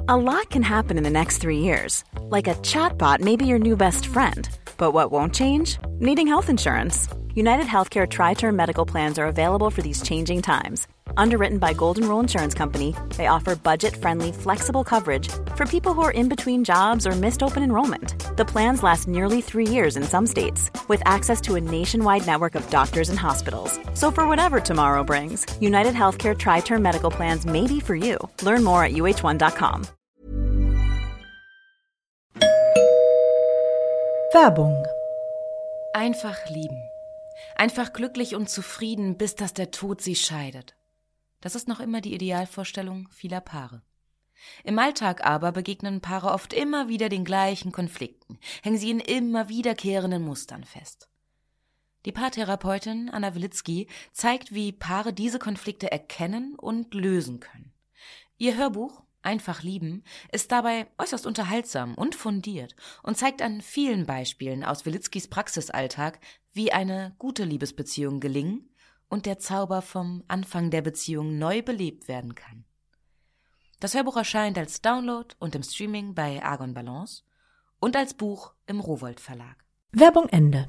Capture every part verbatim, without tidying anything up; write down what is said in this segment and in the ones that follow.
A lot can happen in the next three years. Like a chatbot may be your new best friend. But what won't change? Needing health insurance. United Healthcare Tri-Term Medical Plans are available for these changing times. Underwritten by Golden Rule Insurance Company, they offer budget-friendly, flexible coverage for people who are in between jobs or missed open enrollment. The plans last nearly three years in some states, with access to a nationwide network of doctors and hospitals. So for whatever tomorrow brings, United Healthcare Tri-Term Medical Plans may be for you. Learn more at U H one dot com. Werbung. Einfach lieben. Einfach glücklich und zufrieden, bis dass der Tod sie scheidet. Das ist noch immer die Idealvorstellung vieler Paare. Im Alltag aber begegnen Paare oft immer wieder den gleichen Konflikten, hängen sie in immer wiederkehrenden Mustern fest. Die Paartherapeutin Anna Wilitzki zeigt, wie Paare diese Konflikte erkennen und lösen können. Ihr Hörbuch Einfach lieben ist dabei äußerst unterhaltsam und fundiert und zeigt an vielen Beispielen aus Wilitzkis Praxisalltag, wie eine gute Liebesbeziehung gelingen und der Zauber vom Anfang der Beziehung neu belebt werden kann. Das Hörbuch erscheint als Download und im Streaming bei Argon Balance und als Buch im Rowohlt Verlag. Werbung Ende.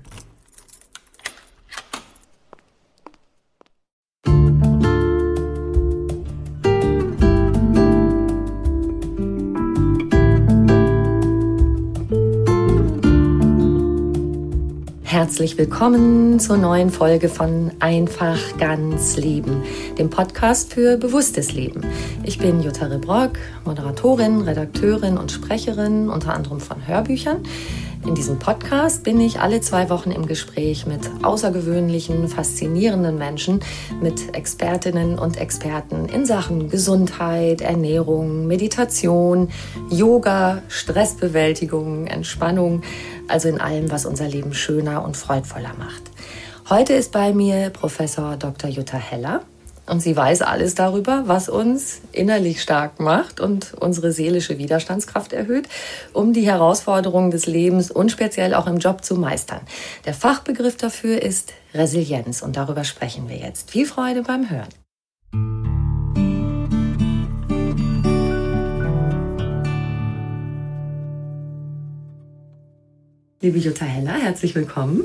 Herzlich willkommen zur neuen Folge von Einfach ganz Leben, dem Podcast für bewusstes Leben. Ich bin Jutta Rebrock, Moderatorin, Redakteurin und Sprecherin, unter anderem von Hörbüchern. In diesem Podcast bin ich alle zwei Wochen im Gespräch mit außergewöhnlichen, faszinierenden Menschen, mit Expertinnen und Experten in Sachen Gesundheit, Ernährung, Meditation, Yoga, Stressbewältigung, Entspannung, also in allem, was unser Leben schöner und freudvoller macht. Heute ist bei mir Professor Doktor Jutta Heller. Und sie weiß alles darüber, was uns innerlich stark macht und unsere seelische Widerstandskraft erhöht, um die Herausforderungen des Lebens und speziell auch im Job zu meistern. Der Fachbegriff dafür ist Resilienz und darüber sprechen wir jetzt. Viel Freude beim Hören. Liebe Jutta Heller, herzlich willkommen.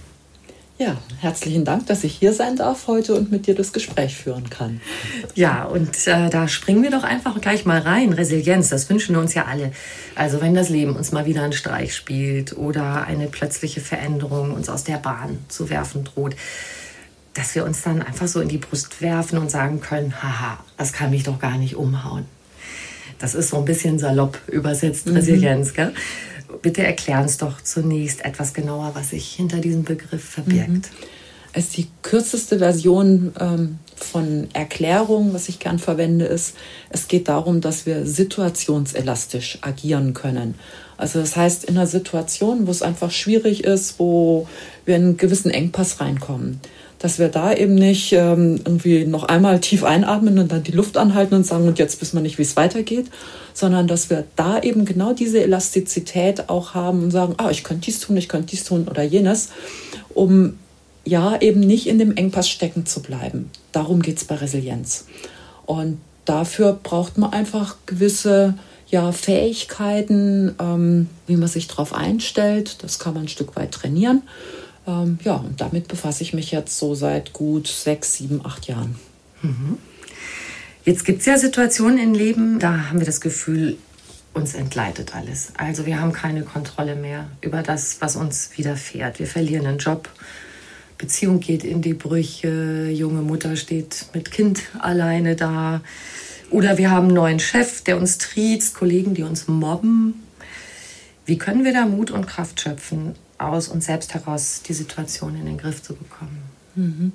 Ja, herzlichen Dank, dass ich hier sein darf heute und mit dir das Gespräch führen kann. Ja, und äh, da springen wir doch einfach gleich mal rein. Resilienz, das wünschen wir uns ja alle. Also wenn das Leben uns mal wieder einen Streich spielt oder eine plötzliche Veränderung uns aus der Bahn zu werfen droht, dass wir uns dann einfach so in die Brust werfen und sagen können, haha, das kann mich doch gar nicht umhauen. Das ist so ein bisschen salopp übersetzt, mhm. Resilienz, gell? Bitte erklären uns doch zunächst etwas genauer, was sich hinter diesem Begriff verbirgt. Mhm. Es ist die kürzeste Version ähm, von Erklärung, was ich gern verwende, ist, es geht darum, dass wir situationselastisch agieren können. Also das heißt, in einer Situation, wo es einfach schwierig ist, wo wir in einen gewissen Engpass reinkommen, dass wir da eben nicht ähm, irgendwie noch einmal tief einatmen und dann die Luft anhalten und sagen, und jetzt wissen wir nicht, wie es weitergeht, sondern dass wir da eben genau diese Elastizität auch haben und sagen, ah, ich könnte dies tun, ich könnte dies tun oder jenes, um ja eben nicht in dem Engpass stecken zu bleiben. Darum geht es bei Resilienz. Und dafür braucht man einfach gewisse ja, Fähigkeiten, ähm, wie man sich darauf einstellt. Das kann man ein Stück weit trainieren. Ähm, ja, und damit befasse ich mich jetzt so seit gut sechs, sieben, acht Jahren. Mhm. Jetzt gibt es ja Situationen im Leben, da haben wir das Gefühl, uns entgleitet alles. Also wir haben keine Kontrolle mehr über das, was uns widerfährt. Wir verlieren einen Job, Beziehung geht in die Brüche, junge Mutter steht mit Kind alleine da. Oder wir haben einen neuen Chef, der uns triezt, Kollegen, die uns mobben. Wie können wir da Mut und Kraft schöpfen, aus uns selbst heraus die Situation in den Griff zu bekommen? Mhm.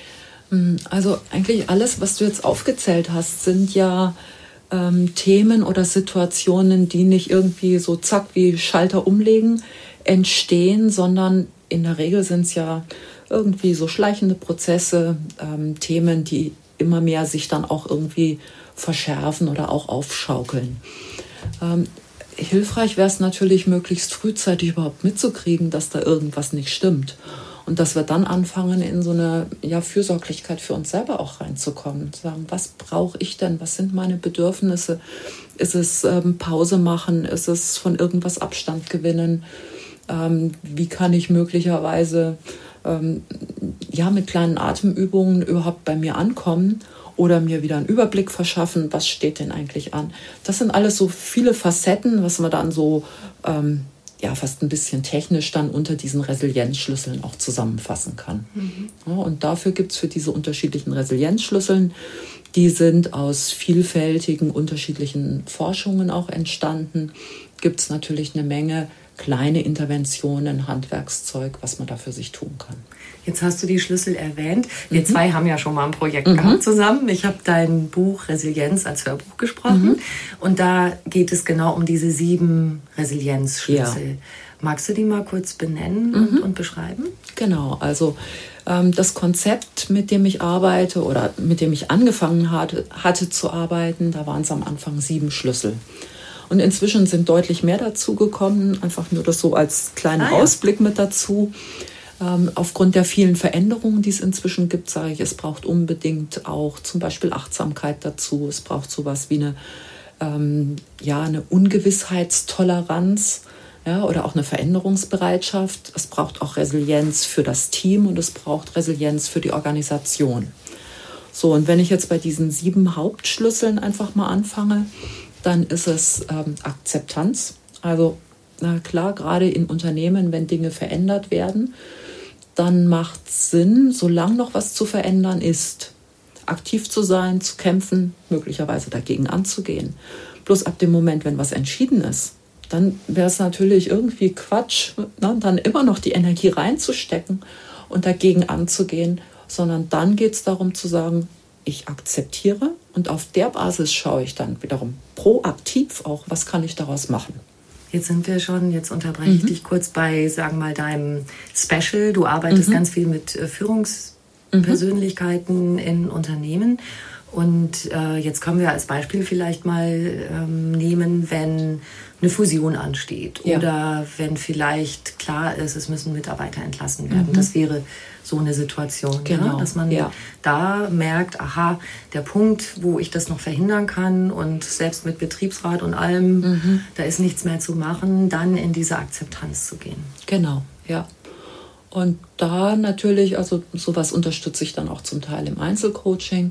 Also eigentlich alles, was du jetzt aufgezählt hast, sind ja ähm, Themen oder Situationen, die nicht irgendwie so zack wie Schalter umlegen entstehen, sondern in der Regel sind es ja irgendwie so schleichende Prozesse, ähm, Themen, die immer mehr sich dann auch irgendwie verschärfen oder auch aufschaukeln. Ähm, hilfreich wäre es natürlich, möglichst frühzeitig überhaupt mitzukriegen, dass da irgendwas nicht stimmt. Und dass wir dann anfangen, in so eine ja, Fürsorglichkeit für uns selber auch reinzukommen. Zu sagen, was brauche ich denn? Was sind meine Bedürfnisse? Ist es ähm, Pause machen? Ist es von irgendwas Abstand gewinnen? Ähm, wie kann ich möglicherweise ähm, ja, mit kleinen Atemübungen überhaupt bei mir ankommen oder mir wieder einen Überblick verschaffen, was steht denn eigentlich an? Das sind alles so viele Facetten, was man dann so ähm, ja, fast ein bisschen technisch dann unter diesen Resilienzschlüsseln auch zusammenfassen kann. Mhm. Ja, und dafür gibt es für diese unterschiedlichen Resilienzschlüsseln, die sind aus vielfältigen, unterschiedlichen Forschungen auch entstanden, gibt es natürlich eine Menge kleine Interventionen, Handwerkszeug, was man da für sich tun kann. Jetzt hast du die Schlüssel erwähnt. Wir mhm. zwei haben ja schon mal ein Projekt mhm. gehabt zusammen. Ich habe dein Buch Resilienz als Hörbuch gesprochen. Mhm. Und da geht es genau um diese sieben Resilienzschlüssel. Ja. Magst du die mal kurz benennen mhm. und, und beschreiben? Genau, also ähm, das Konzept, mit dem ich arbeite oder mit dem ich angefangen hatte, hatte zu arbeiten, da waren es am Anfang sieben Schlüssel. Und inzwischen sind deutlich mehr dazugekommen, einfach nur das so als kleinen ah, ja. Ausblick mit dazu. Ähm, aufgrund der vielen Veränderungen, die es inzwischen gibt, sage ich, es braucht unbedingt auch zum Beispiel Achtsamkeit dazu. Es braucht sowas wie eine, ähm, ja, eine Ungewissheitstoleranz, ja, oder auch eine Veränderungsbereitschaft. Es braucht auch Resilienz für das Team und es braucht Resilienz für die Organisation. So, und wenn ich jetzt bei diesen sieben Hauptschlüsseln einfach mal anfange, dann ist es ähm, Akzeptanz. Also na klar, gerade in Unternehmen, wenn Dinge verändert werden, dann macht es Sinn, solange noch was zu verändern ist, aktiv zu sein, zu kämpfen, möglicherweise dagegen anzugehen. Bloß ab dem Moment, wenn was entschieden ist, dann wäre es natürlich irgendwie Quatsch, ne, dann immer noch die Energie reinzustecken und dagegen anzugehen, sondern dann geht es darum zu sagen, ich akzeptiere und auf der Basis schaue ich dann wiederum proaktiv auch, was kann ich daraus machen. Jetzt sind wir schon, jetzt unterbreche mhm. ich dich kurz bei, sagen wir mal, deinem Special. Du arbeitest mhm. ganz viel mit äh, Führungspersönlichkeiten mhm. in Unternehmen. Und äh, jetzt können wir als Beispiel vielleicht mal ähm, nehmen, wenn eine Fusion ansteht ja. oder wenn vielleicht klar ist, es müssen Mitarbeiter entlassen werden. Mhm. Das wäre so eine Situation, genau. ja? Dass man ja. da merkt, aha, der Punkt, wo ich das noch verhindern kann und selbst mit Betriebsrat und allem, mhm. da ist nichts mehr zu machen, dann in diese Akzeptanz zu gehen. Genau, ja. Und da natürlich, also sowas unterstütze ich dann auch zum Teil im Einzelcoaching,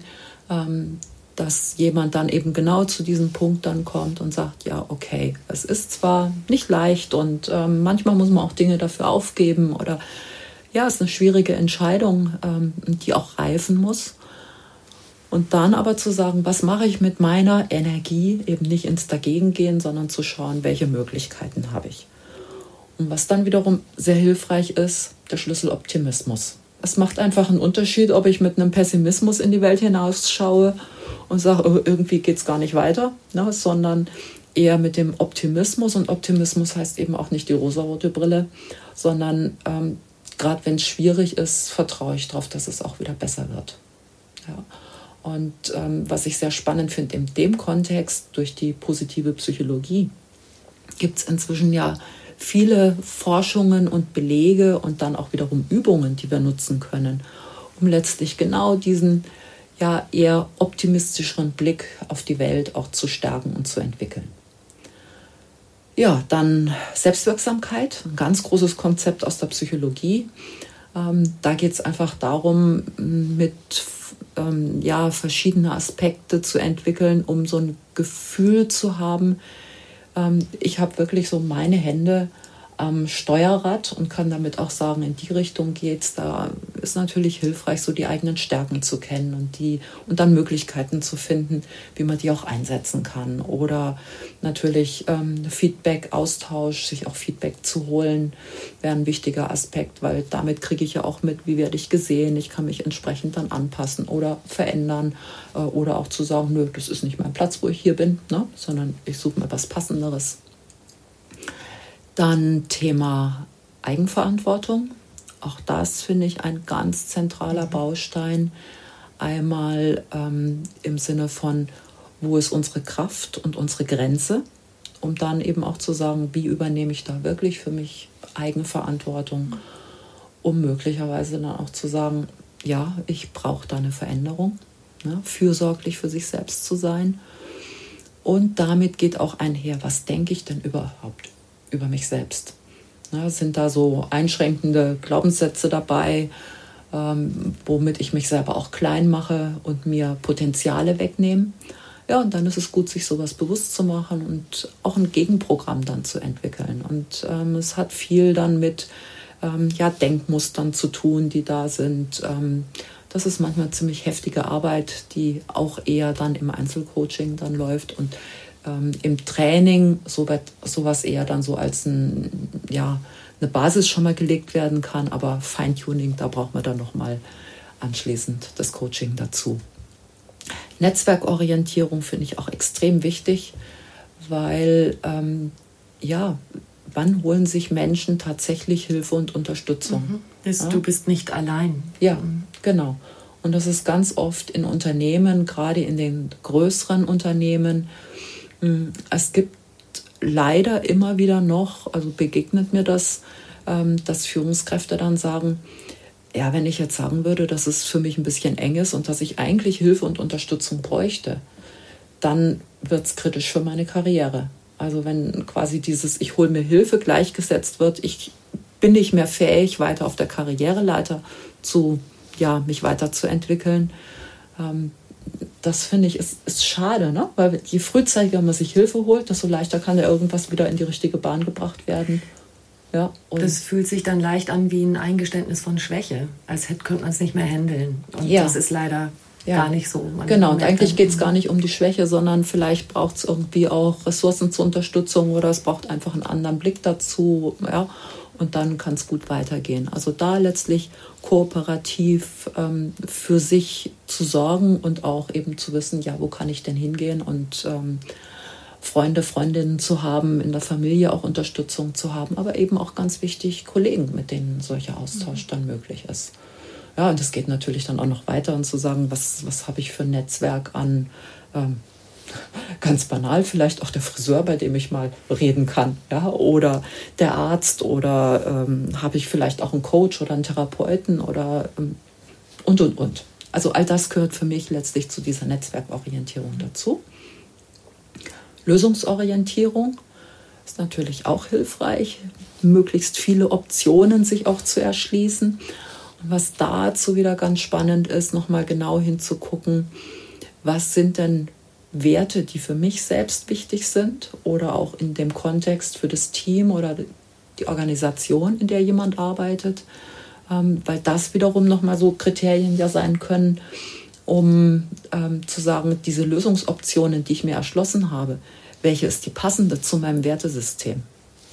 dass jemand dann eben genau zu diesem Punkt dann kommt und sagt, ja, okay, es ist zwar nicht leicht und ähm, manchmal muss man auch Dinge dafür aufgeben oder ja, es ist eine schwierige Entscheidung, ähm, die auch reifen muss. Und dann aber zu sagen, was mache ich mit meiner Energie, eben nicht ins Dagegengehen, sondern zu schauen, welche Möglichkeiten habe ich. Und was dann wiederum sehr hilfreich ist, der Schlüssel Optimismus. Es macht einfach einen Unterschied, ob ich mit einem Pessimismus in die Welt hinausschaue und sage, oh, irgendwie geht es gar nicht weiter, ne, sondern eher mit dem Optimismus. Und Optimismus heißt eben auch nicht die rosarote Brille, sondern ähm, gerade wenn es schwierig ist, vertraue ich darauf, dass es auch wieder besser wird. Ja. Und ähm, was ich sehr spannend finde in dem Kontext, durch die positive Psychologie, gibt es inzwischen ja viele Forschungen und Belege und dann auch wiederum Übungen, die wir nutzen können, um letztlich genau diesen ja eher optimistischeren Blick auf die Welt auch zu stärken und zu entwickeln. Ja, dann Selbstwirksamkeit, ein ganz großes Konzept aus der Psychologie. Ähm, da geht es einfach darum, mit ähm, ja, verschiedene Aspekte zu entwickeln, um so ein Gefühl zu haben, ich habe wirklich so meine Hände am Steuerrad und kann damit auch sagen, in die Richtung geht's. Da ist natürlich hilfreich, so die eigenen Stärken zu kennen und die und dann Möglichkeiten zu finden, wie man die auch einsetzen kann. Oder natürlich ähm, Feedback, Austausch, sich auch Feedback zu holen, wäre ein wichtiger Aspekt, weil damit kriege ich ja auch mit, wie werde ich gesehen. Ich kann mich entsprechend dann anpassen oder verändern äh, oder auch zu sagen, nö, das ist nicht mein Platz, wo ich hier bin, ne? Sondern ich suche mir was Passenderes. Dann Thema Eigenverantwortung. Auch das finde ich ein ganz zentraler Baustein. Einmal ähm, im Sinne von, wo ist unsere Kraft und unsere Grenze, um dann eben auch zu sagen, wie übernehme ich da wirklich für mich Eigenverantwortung, um möglicherweise dann auch zu sagen, ja, ich brauche da eine Veränderung, ne, fürsorglich für sich selbst zu sein. Und damit geht auch einher, was denke ich denn überhaupt über mich selbst? Na, sind da so einschränkende Glaubenssätze dabei, ähm, womit ich mich selber auch klein mache und mir Potenziale wegnehme? Ja, und dann ist es gut, sich sowas bewusst zu machen und auch ein Gegenprogramm dann zu entwickeln. Und ähm, es hat viel dann mit ähm, ja, Denkmustern zu tun, die da sind. Ähm, das ist manchmal ziemlich heftige Arbeit, die auch eher dann im Einzelcoaching dann läuft. Und ähm, im Training so wird sowas eher dann so als ein, ja, eine Basis schon mal gelegt werden kann. Aber Feintuning, da braucht man dann nochmal anschließend das Coaching dazu. Netzwerkorientierung finde ich auch extrem wichtig, weil, ähm, ja, wann holen sich Menschen tatsächlich Hilfe und Unterstützung? Mhm. Das, ja? Du bist nicht allein. Ja, mhm. genau. Und das ist ganz oft in Unternehmen, gerade in den größeren Unternehmen. Es gibt leider immer wieder noch, also begegnet mir das, ähm, dass Führungskräfte dann sagen, ja, wenn ich jetzt sagen würde, dass es für mich ein bisschen eng ist und dass ich eigentlich Hilfe und Unterstützung bräuchte, dann wird es kritisch für meine Karriere. Also wenn quasi dieses Ich hole mir Hilfe gleichgesetzt wird, ich bin nicht mehr fähig, weiter auf der Karriereleiter zu, ja, mich weiterzuentwickeln. Ähm, das finde ich ist, ist schade, ne? Weil je frühzeitiger man sich Hilfe holt, desto leichter kann ja irgendwas wieder in die richtige Bahn gebracht werden. Ja, und das fühlt sich dann leicht an wie ein Eingeständnis von Schwäche, als hätte, könnte man es nicht mehr handeln. Und ja. das ist leider ja. gar nicht so. Man genau, und eigentlich geht es gar nicht um die Schwäche, sondern vielleicht braucht es irgendwie auch Ressourcen zur Unterstützung oder es braucht einfach einen anderen Blick dazu. Ja, und dann kann es gut weitergehen. Also da letztlich kooperativ ähm, für sich zu sorgen und auch eben zu wissen, ja, wo kann ich denn hingehen und ähm, Freunde, Freundinnen zu haben, in der Familie auch Unterstützung zu haben, aber eben auch ganz wichtig, Kollegen, mit denen solcher Austausch dann möglich ist. Ja, und es geht natürlich dann auch noch weiter und zu sagen, was, was habe ich für ein Netzwerk an, ähm, ganz banal vielleicht auch der Friseur, bei dem ich mal reden kann, ja, oder der Arzt oder ähm, habe ich vielleicht auch einen Coach oder einen Therapeuten oder ähm, und, und, und. Also all das gehört für mich letztlich zu dieser Netzwerkorientierung dazu. Lösungsorientierung ist natürlich auch hilfreich, möglichst viele Optionen sich auch zu erschließen. Und was dazu wieder ganz spannend ist, nochmal genau hinzugucken, was sind denn Werte, die für mich selbst wichtig sind oder auch in dem Kontext für das Team oder die Organisation, in der jemand arbeitet, ähm, weil das wiederum nochmal so Kriterien ja sein können, um ähm, zu sagen, diese Lösungsoptionen, die ich mir erschlossen habe, welche ist die passende zu meinem Wertesystem?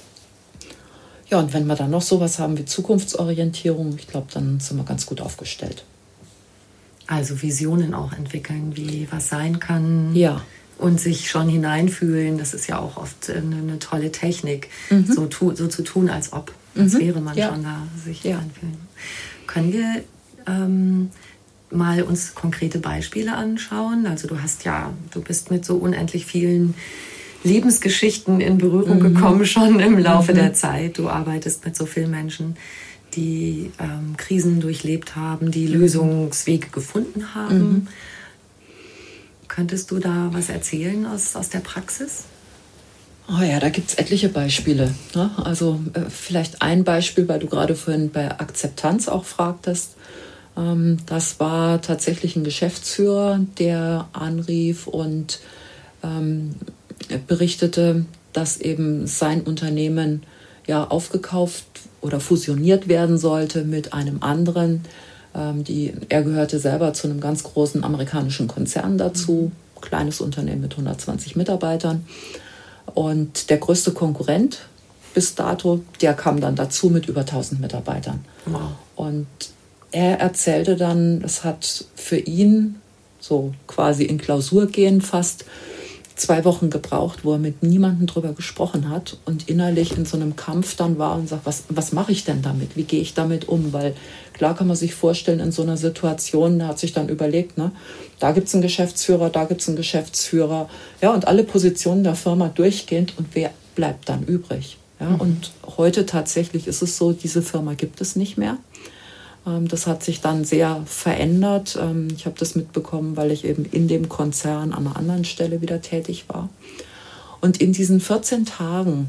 Ja, und wenn wir dann noch sowas haben wie Zukunftsorientierung, ich glaube, dann sind wir ganz gut aufgestellt. Also Visionen auch entwickeln, wie was sein kann. Ja. Und sich schon hineinfühlen, das ist ja auch oft eine, eine tolle Technik, Mhm. so, tu, so zu tun, als ob, als Mhm. wäre man Ja. schon da, sich Ja. einfühlen. Können wir ähm, mal uns konkrete Beispiele anschauen? Also du hast ja, du bist mit so unendlich vielen Lebensgeschichten in Berührung Mhm. gekommen schon im Laufe Mhm. der Zeit. Du arbeitest mit so vielen Menschen, die ähm, Krisen durchlebt haben, die Lösungswege gefunden haben. Mhm. Könntest du da was erzählen aus, aus der Praxis? Oh ja, da gibt es etliche Beispiele. Ne? Also äh, vielleicht ein Beispiel, weil du gerade vorhin bei Akzeptanz auch fragtest. Ähm, das war tatsächlich ein Geschäftsführer, der anrief und ähm, berichtete, dass eben sein Unternehmen ja aufgekauft oder fusioniert werden sollte mit einem anderen. Ähm, die, er gehörte selber zu einem ganz großen amerikanischen Konzern dazu, kleines Unternehmen mit hundertzwanzig Mitarbeitern. Und der größte Konkurrent bis dato, der kam dann dazu mit über tausend Mitarbeitern. Wow. Und er erzählte dann, es hat für ihn so quasi in Klausur gehen fast zwei Wochen gebraucht, wo er mit niemandem drüber gesprochen hat und innerlich in so einem Kampf dann war und sagt, was, was mache ich denn damit? Wie gehe ich damit um? Weil klar kann man sich vorstellen, in so einer Situation, er hat sich dann überlegt, ne, da gibt es einen Geschäftsführer, da gibt es einen Geschäftsführer, ja, und alle Positionen der Firma durchgehend und wer bleibt dann übrig? Ja, mhm. Und heute tatsächlich ist es so, diese Firma gibt es nicht mehr. Das hat sich dann sehr verändert. Ich habe das mitbekommen, weil ich eben in dem Konzern an einer anderen Stelle wieder tätig war. Und in diesen vierzehn Tagen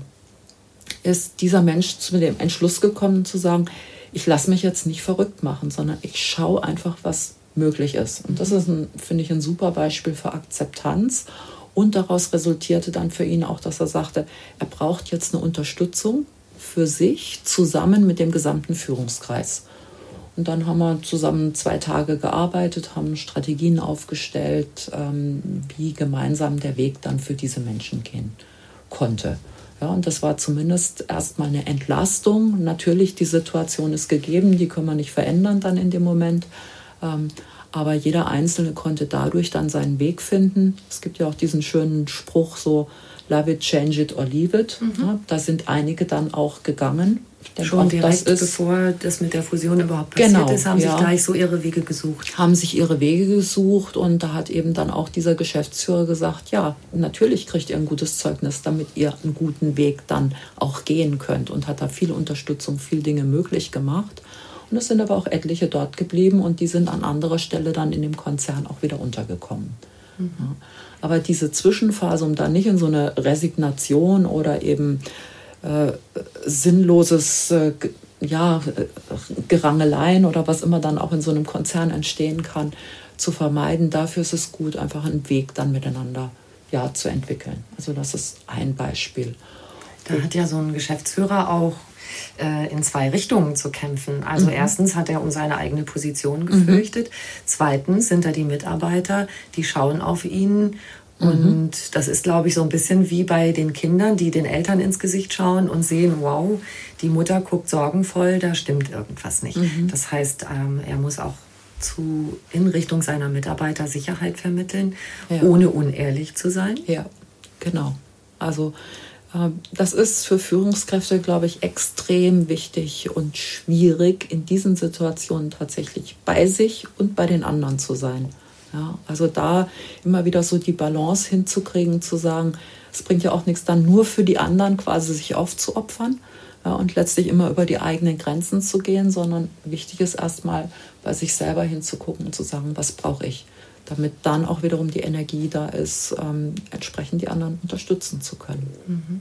ist dieser Mensch zu dem Entschluss gekommen, zu sagen, ich lasse mich jetzt nicht verrückt machen, sondern ich schaue einfach, was möglich ist. Und das ist, ein, finde ich, ein super Beispiel für Akzeptanz. Und daraus resultierte dann für ihn auch, dass er sagte, er braucht jetzt eine Unterstützung für sich zusammen mit dem gesamten Führungskreis. Und dann haben wir zusammen zwei Tage gearbeitet, haben Strategien aufgestellt, ähm, wie gemeinsam der Weg dann für diese Menschen gehen konnte. Ja, und das war zumindest erstmal eine Entlastung. Natürlich, die Situation ist gegeben, die können wir nicht verändern dann in dem Moment. Ähm, aber jeder Einzelne konnte dadurch dann seinen Weg finden. Es gibt ja auch diesen schönen Spruch so, love it, change it or leave it. Mhm. Ja, da sind einige dann auch gegangen. Schon direkt, das ist, bevor das mit der Fusion überhaupt passiert genau, ist, haben ja, sich gleich so ihre Wege gesucht. Haben sich ihre Wege gesucht und da hat eben dann auch dieser Geschäftsführer gesagt, ja, natürlich kriegt ihr ein gutes Zeugnis, damit ihr einen guten Weg dann auch gehen könnt und hat da viel Unterstützung, viel Dinge möglich gemacht. Und es sind aber auch etliche dort geblieben und die sind an anderer Stelle dann in dem Konzern auch wieder untergekommen. Mhm. Ja. Aber diese Zwischenphase, um da nicht in so eine Resignation oder eben Äh, sinnloses äh, ja, äh, Gerangeleien oder was immer dann auch in so einem Konzern entstehen kann, zu vermeiden. Dafür ist es gut, einfach einen Weg dann miteinander ja, zu entwickeln. Also das ist ein Beispiel. Da hat ja so ein Geschäftsführer auch äh, in zwei Richtungen zu kämpfen. Also mhm. erstens hat er um seine eigene Position gefürchtet. Mhm. Zweitens sind da die Mitarbeiter, die schauen auf ihn. Und das ist, glaube ich, so ein bisschen wie bei den Kindern, die den Eltern ins Gesicht schauen und sehen, wow, die Mutter guckt sorgenvoll, da stimmt irgendwas nicht. Mhm. Das heißt, ähm, er muss auch zu, in Richtung seiner Mitarbeiter Sicherheit vermitteln, ja. ohne unehrlich zu sein. Ja, genau. Also äh, das ist für Führungskräfte, glaube ich, extrem wichtig und schwierig, in diesen Situationen tatsächlich bei sich und bei den anderen zu sein. Ja, also da immer wieder so die Balance hinzukriegen, zu sagen, es bringt ja auch nichts, dann nur für die anderen quasi sich aufzuopfern, ja, und letztlich immer über die eigenen Grenzen zu gehen, sondern wichtig ist erstmal bei sich selber hinzugucken und zu sagen, was brauche ich, damit dann auch wiederum die Energie da ist, ähm, entsprechend die anderen unterstützen zu können. Mhm.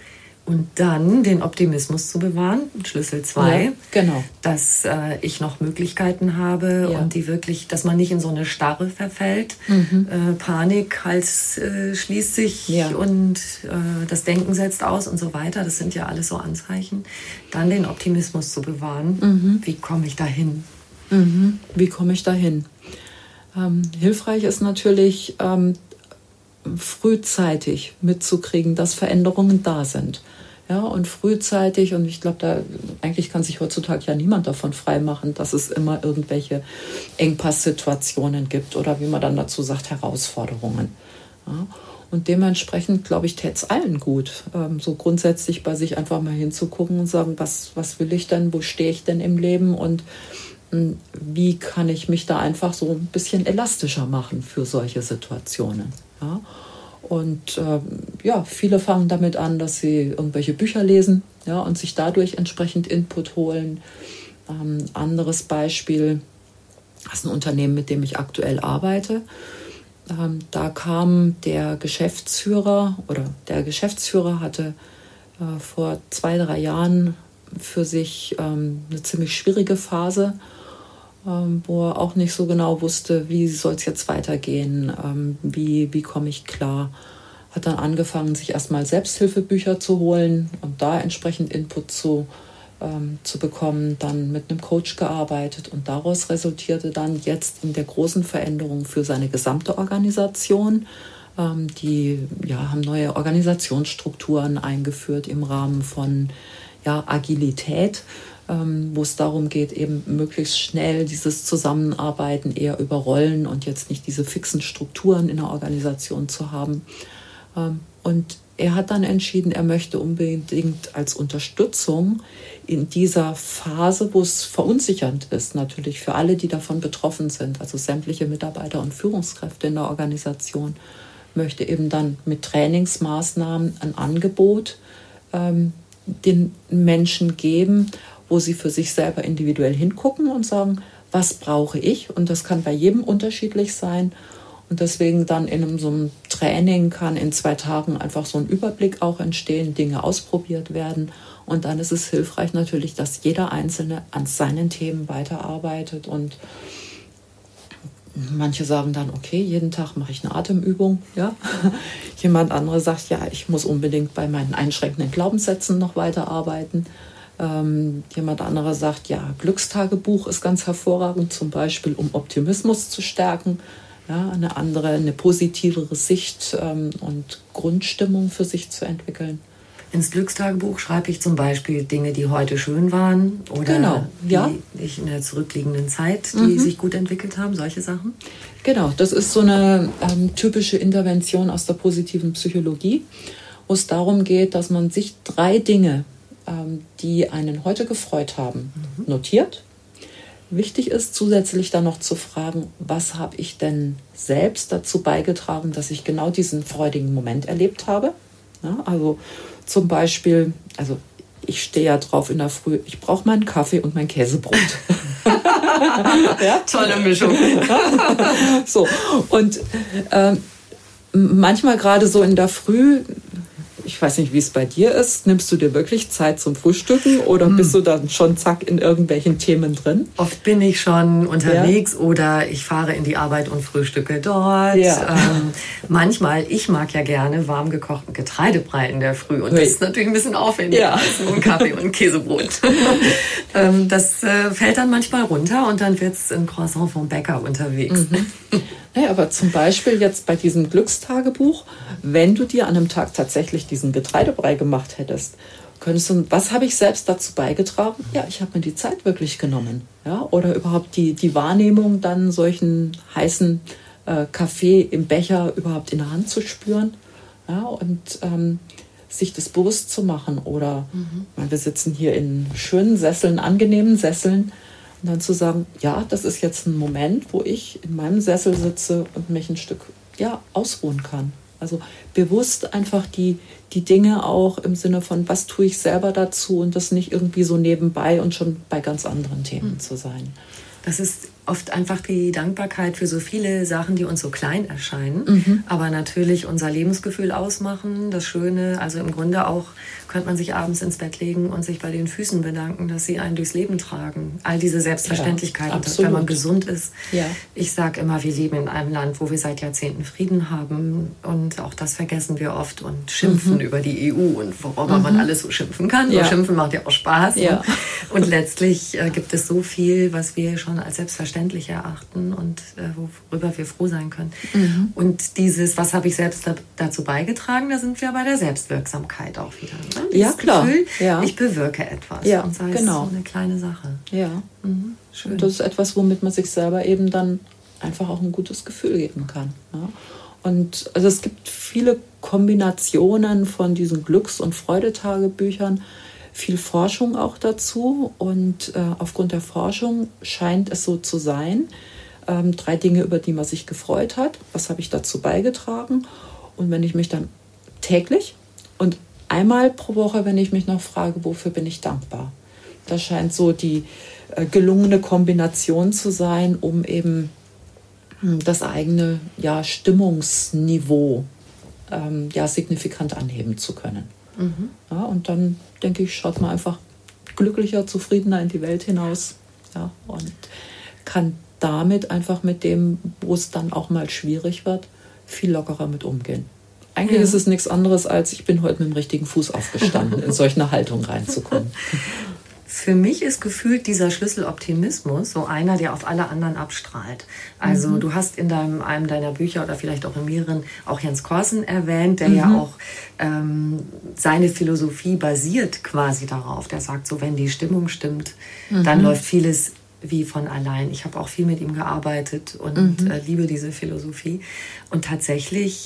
Und dann den Optimismus zu bewahren, Schlüssel zwei, ja, genau. dass äh, ich noch Möglichkeiten habe ja. und die wirklich, dass man nicht in so eine Starre verfällt, mhm. äh, Panik, Hals äh, schließt sich ja. und äh, das Denken setzt aus und so weiter. Das sind ja alles so Anzeichen. Dann den Optimismus zu bewahren. Mhm. Wie komme ich dahin? Mhm. Wie komme ich dahin? Ähm, hilfreich ist natürlich, ähm, frühzeitig mitzukriegen, dass Veränderungen da sind. Ja, und frühzeitig, und ich glaube, da eigentlich kann sich heutzutage ja niemand davon freimachen, dass es immer irgendwelche Engpasssituationen gibt oder wie man dann dazu sagt, Herausforderungen. Ja, und dementsprechend, glaube ich, täte es allen gut, ähm, so grundsätzlich bei sich einfach mal hinzugucken und sagen, was, was will ich denn, wo stehe ich denn im Leben und mh, wie kann ich mich da einfach so ein bisschen elastischer machen für solche Situationen. Ja. Und äh, ja, viele fangen damit an, dass sie irgendwelche Bücher lesen, ja, und sich dadurch entsprechend Input holen. Ähm, anderes Beispiel, das ist ein Unternehmen, mit dem ich aktuell arbeite. Ähm, da kam der Geschäftsführer oder der Geschäftsführer hatte äh, vor zwei, drei Jahren für sich ähm, eine ziemlich schwierige Phase, Ähm, wo er auch nicht so genau wusste, wie soll es jetzt weitergehen, ähm, wie, wie komme ich klar. Hat dann angefangen, sich erstmal Selbsthilfebücher zu holen und da entsprechend Input zu, ähm, zu bekommen, dann mit einem Coach gearbeitet und daraus resultierte dann jetzt in der großen Veränderung für seine gesamte Organisation. Ähm, die ja, haben neue Organisationsstrukturen eingeführt im Rahmen von ja, Agilität, Ähm, wo es darum geht, eben möglichst schnell dieses Zusammenarbeiten eher über Rollen und jetzt nicht diese fixen Strukturen in der Organisation zu haben. Ähm, und er hat dann entschieden, er möchte unbedingt als Unterstützung in dieser Phase, wo es verunsichernd ist, natürlich für alle, die davon betroffen sind, also sämtliche Mitarbeiter und Führungskräfte in der Organisation, möchte eben dann mit Trainingsmaßnahmen ein Angebot ähm, den Menschen geben, wo sie für sich selber individuell hingucken und sagen, was brauche ich? Und das kann bei jedem unterschiedlich sein. Und deswegen dann in einem, so einem Training kann in zwei Tagen einfach so ein Überblick auch entstehen, Dinge ausprobiert werden. Und dann ist es hilfreich natürlich, dass jeder Einzelne an seinen Themen weiterarbeitet. Und manche sagen dann, okay, jeden Tag mache ich eine Atemübung. Ja? Jemand andere sagt, ja, ich muss unbedingt bei meinen einschränkenden Glaubenssätzen noch weiterarbeiten. Ähm, jemand anderer sagt, ja, Glückstagebuch ist ganz hervorragend, zum Beispiel um Optimismus zu stärken. Ja, eine andere, eine positivere Sicht ähm, und Grundstimmung für sich zu entwickeln. Ins Glückstagebuch schreibe ich zum Beispiel Dinge, die heute schön waren oder genau, ja. die ich in der zurückliegenden Zeit, die mhm. sich gut entwickelt haben, solche Sachen. Genau, das ist so eine ähm, typische Intervention aus der positiven Psychologie, wo es darum geht, dass man sich drei Dinge, ähm, die einen heute gefreut haben, mhm. notiert. Wichtig ist zusätzlich dann noch zu fragen, was habe ich denn selbst dazu beigetragen, dass ich genau diesen freudigen Moment erlebt habe. Ja, also zum Beispiel, also ich stehe ja drauf in der Früh, ich brauche meinen Kaffee und mein Käsebrot. Ja? Tolle Mischung. So, und äh, manchmal gerade so in der Früh, ich weiß nicht, wie es bei dir ist, nimmst du dir wirklich Zeit zum Frühstücken oder hm. bist du dann schon zack in irgendwelchen Themen drin? Oft bin ich schon unterwegs ja. oder ich fahre in die Arbeit und frühstücke dort. Ja. Ähm, manchmal, ich mag ja gerne warm gekochten Getreidebrei in der Früh und Hui. Das ist natürlich ein bisschen aufwendiger ja. als nur ein Kaffee und ein Käsebrot. ähm, das äh, fällt dann manchmal runter und dann wird es ein Croissant vom Bäcker unterwegs. Mhm. Naja, aber zum Beispiel jetzt bei diesem Glückstagebuch, wenn du dir an einem Tag tatsächlich diesen Getreidebrei gemacht hättest, könntest du, was habe ich selbst dazu beigetragen? Ja, ich habe mir die Zeit wirklich genommen. Ja? Oder überhaupt die, die Wahrnehmung, dann solchen heißen äh, Kaffee im Becher überhaupt in der Hand zu spüren. Ja? Und ähm, sich das bewusst zu machen. Oder mhm. meine, wir sitzen hier in schönen Sesseln, angenehmen Sesseln. Und dann zu sagen, ja, das ist jetzt ein Moment, wo ich in meinem Sessel sitze und mich ein Stück ja, ausruhen kann. Also bewusst einfach die, die Dinge auch im Sinne von, was tue ich selber dazu und das nicht irgendwie so nebenbei und schon bei ganz anderen Themen mhm. zu sein. Das ist oft einfach die Dankbarkeit für so viele Sachen, die uns so klein erscheinen, mhm. aber natürlich unser Lebensgefühl ausmachen, das Schöne. Also im Grunde auch könnte man sich abends ins Bett legen und sich bei den Füßen bedanken, dass sie einen durchs Leben tragen. All diese Selbstverständlichkeiten, ja, wenn man gesund ist. Ja. Ich sage immer, wir leben in einem Land, wo wir seit Jahrzehnten Frieden haben und auch das vergessen wir oft und schimpfen mhm. über die E U und worüber mhm. man alles so schimpfen kann. Ja. So schimpfen macht ja auch Spaß. Ja. Und, und letztlich äh, gibt es so viel, was wir schon als selbstverständlich erachten und äh, worüber wir froh sein können. Mhm. Und dieses, was habe ich selbst da, dazu beigetragen, da sind wir bei der Selbstwirksamkeit auch wieder. Ne? Ja, klar. Gefühl, ja. ich bewirke etwas. Ja, und sei genau. es so eine kleine Sache. Ja. Mhm, schön. Und das ist etwas, womit man sich selber eben dann einfach auch ein gutes Gefühl geben kann. Ja. Und also es gibt viele Kombinationen von diesen Glücks- und Freudetagebüchern, viel Forschung auch dazu. Und äh, aufgrund der Forschung scheint es so zu sein, ähm, drei Dinge, über die man sich gefreut hat. Was habe ich dazu beigetragen? Und wenn ich mich dann täglich und einmal pro Woche, wenn ich mich noch frage, wofür bin ich dankbar? Das scheint so die äh, gelungene Kombination zu sein, um eben hm, das eigene ja, Stimmungsniveau ähm, ja, signifikant anheben zu können. Mhm. Ja, und dann, denke ich, schaut man einfach glücklicher, zufriedener in die Welt hinaus, ja, und kann damit einfach mit dem, wo es dann auch mal schwierig wird, viel lockerer mit umgehen. Eigentlich ja. ist es nichts anderes, als ich bin heute mit dem richtigen Fuß aufgestanden, in solch eine Haltung reinzukommen. Für mich ist gefühlt dieser Schlüssel Optimismus so einer, der auf alle anderen abstrahlt. Also mhm. du hast in deinem, einem deiner Bücher oder vielleicht auch in mehreren auch Jens Korsen erwähnt, der mhm. ja auch ähm, seine Philosophie basiert quasi darauf. Der sagt so, wenn die Stimmung stimmt, mhm. dann läuft vieles wie von allein. Ich habe auch viel mit ihm gearbeitet und mhm. äh, liebe diese Philosophie. Und tatsächlich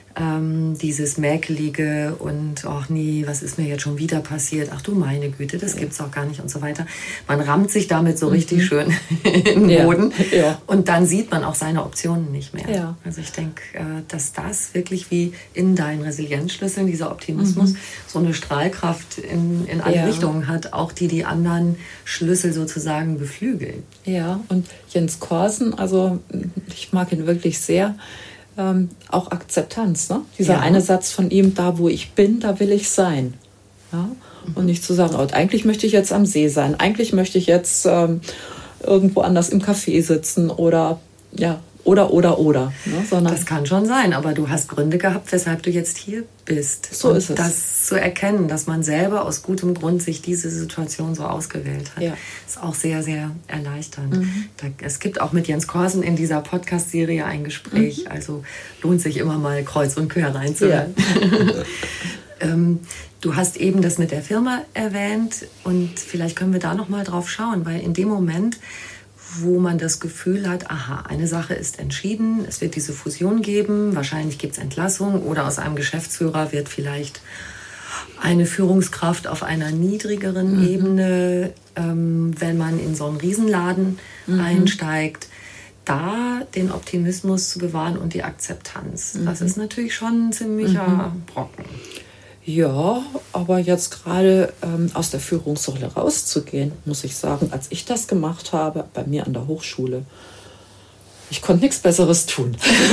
ähm, dieses Mäkelige und ach nee, was ist mir jetzt schon wieder passiert? Ach du meine Güte, das gibt's auch gar nicht und so weiter. Man rammt sich damit so mhm. richtig schön in den ja. Boden ja. und dann sieht man auch seine Optionen nicht mehr. Ja. Also ich denke, äh, dass das wirklich wie in deinen Resilienzschlüsseln, dieser Optimismus, mhm. so eine Strahlkraft in, in alle ja. Richtungen hat, auch die die anderen Schlüssel sozusagen beflügeln. Ja, und Jens Korsen, also ich mag ihn wirklich sehr, ähm, auch Akzeptanz. Ne? Dieser ja. eine Satz von ihm, da wo ich bin, da will ich sein. Ja? Mhm. Und nicht zu sagen, oh, eigentlich möchte ich jetzt am See sein, eigentlich möchte ich jetzt ähm, irgendwo anders im Café sitzen oder ja, oder, oder, oder. Ne? Sondern das kann schon sein, aber du hast Gründe gehabt, weshalb du jetzt hier bist. So und ist es. Das zu erkennen, dass man selber aus gutem Grund sich diese Situation so ausgewählt hat, ja. ist auch sehr, sehr erleichternd. Mhm. Da, es gibt auch mit Jens Korsen in dieser Podcast-Serie ein Gespräch, mhm. also lohnt sich immer mal kreuz und quer reinzuhören. Ja. ähm, du hast eben das mit der Firma erwähnt und vielleicht können wir da noch mal drauf schauen, weil in dem Moment, wo man das Gefühl hat, aha, eine Sache ist entschieden, es wird diese Fusion geben, wahrscheinlich gibt es Entlassung oder aus einem Geschäftsführer wird vielleicht eine Führungskraft auf einer niedrigeren mhm. Ebene, ähm, wenn man in so einen Riesenladen mhm. einsteigt, da den Optimismus zu bewahren und die Akzeptanz. Mhm. Das ist natürlich schon ein ziemlicher mhm. Brocken. Ja, aber jetzt gerade ähm, aus der Führungsrolle rauszugehen, muss ich sagen, als ich das gemacht habe, bei mir an der Hochschule, ich konnte nichts Besseres tun.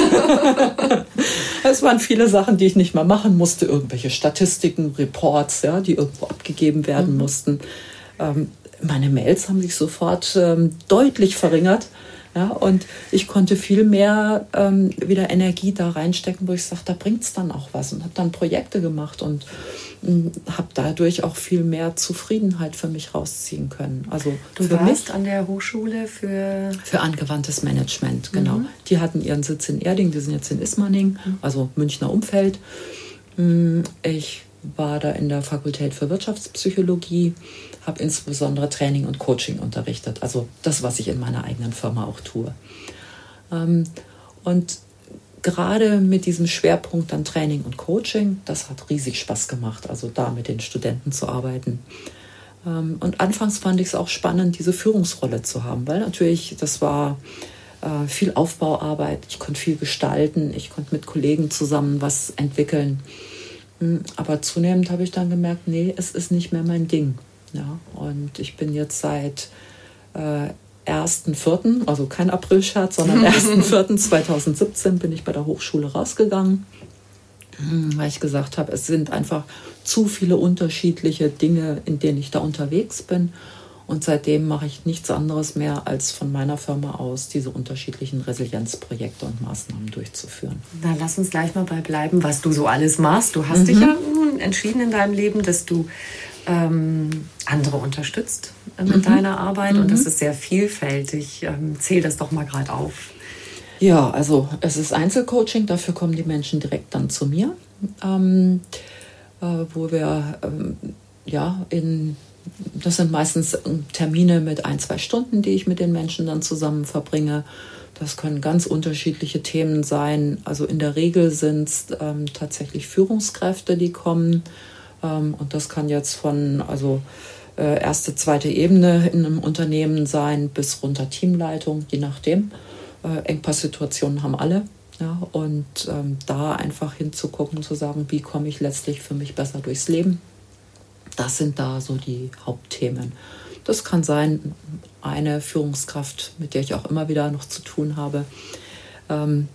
Es waren viele Sachen, die ich nicht mehr machen musste, irgendwelche Statistiken, Reports, ja, die irgendwo abgegeben werden mhm. mussten. Ähm, meine Mails haben sich sofort ähm, deutlich verringert. Ja, und ich konnte viel mehr ähm, wieder Energie da reinstecken, wo ich sage, da bringt es dann auch was. Und habe dann Projekte gemacht und habe dadurch auch viel mehr Zufriedenheit für mich rausziehen können. Also du für warst mich, an der Hochschule für... Für angewandtes Management, genau. Mhm. Die hatten ihren Sitz in Erding, die sind jetzt in Ismaning, mhm. also Münchner Umfeld. Ich war da in der Fakultät für Wirtschaftspsychologie, habe insbesondere Training und Coaching unterrichtet. Also das, was ich in meiner eigenen Firma auch tue. Und gerade mit diesem Schwerpunkt dann Training und Coaching, das hat riesig Spaß gemacht, also da mit den Studenten zu arbeiten. Und anfangs fand ich es auch spannend, diese Führungsrolle zu haben, weil natürlich, das war viel Aufbauarbeit, ich konnte viel gestalten, ich konnte mit Kollegen zusammen was entwickeln. Aber zunehmend habe ich dann gemerkt, nee, es ist nicht mehr mein Ding. Ja, und ich bin jetzt seit äh, ersten vierten, also kein Aprilscherz, sondern ersten vierten zweitausendsiebzehn bin ich bei der Hochschule rausgegangen, weil ich gesagt habe, es sind einfach zu viele unterschiedliche Dinge, in denen ich da unterwegs bin. Und seitdem mache ich nichts anderes mehr, als von meiner Firma aus diese unterschiedlichen Resilienzprojekte und Maßnahmen durchzuführen. Dann lass uns gleich mal bei bleiben, was du so alles machst. Du hast mhm. dich ja nun entschieden in deinem Leben, dass du ähm, andere unterstützt äh, mit mhm. deiner Arbeit. Mhm. Und das ist sehr vielfältig. Ähm, zähl das doch mal gerade auf. Ja, also es ist Einzelcoaching. Dafür kommen die Menschen direkt dann zu mir, ähm, äh, wo wir ähm, ja in Das sind meistens Termine mit ein, zwei Stunden, die ich mit den Menschen dann zusammen verbringe. Das können ganz unterschiedliche Themen sein. Also in der Regel sind es ähm, tatsächlich Führungskräfte, die kommen. Ähm, und das kann jetzt von also äh, erste, zweite Ebene in einem Unternehmen sein bis runter Teamleitung, je nachdem. Äh, Engpasssituationen haben alle. Ja, und ähm, da einfach hinzugucken, zu sagen, wie komme ich letztlich für mich besser durchs Leben. Das sind da so die Hauptthemen. Das kann sein, eine Führungskraft, mit der ich auch immer wieder noch zu tun habe, ähm,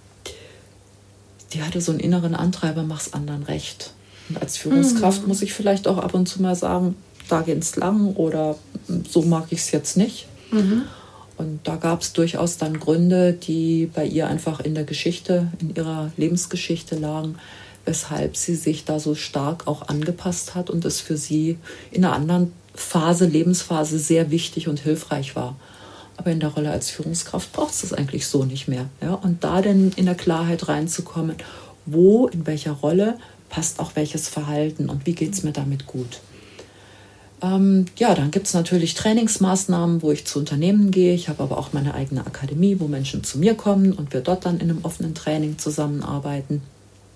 die hatte so einen inneren Antreiber, mach's anderen recht. Und als Führungskraft mhm. muss ich vielleicht auch ab und zu mal sagen, da geht's lang oder so mag ich es jetzt nicht. Mhm. Und da gab es durchaus dann Gründe, die bei ihr einfach in der Geschichte, in ihrer Lebensgeschichte lagen, weshalb sie sich da so stark auch angepasst hat und es für sie in einer anderen Phase, Lebensphase sehr wichtig und hilfreich war. Aber in der Rolle als Führungskraft braucht es das eigentlich so nicht mehr. Ja? Und da dann in der Klarheit reinzukommen, wo, in welcher Rolle passt auch welches Verhalten und wie geht es mir damit gut. Ähm, ja, dann gibt es natürlich Trainingsmaßnahmen, wo ich zu Unternehmen gehe. Ich habe aber auch meine eigene Akademie, wo Menschen zu mir kommen und wir dort dann in einem offenen Training zusammenarbeiten.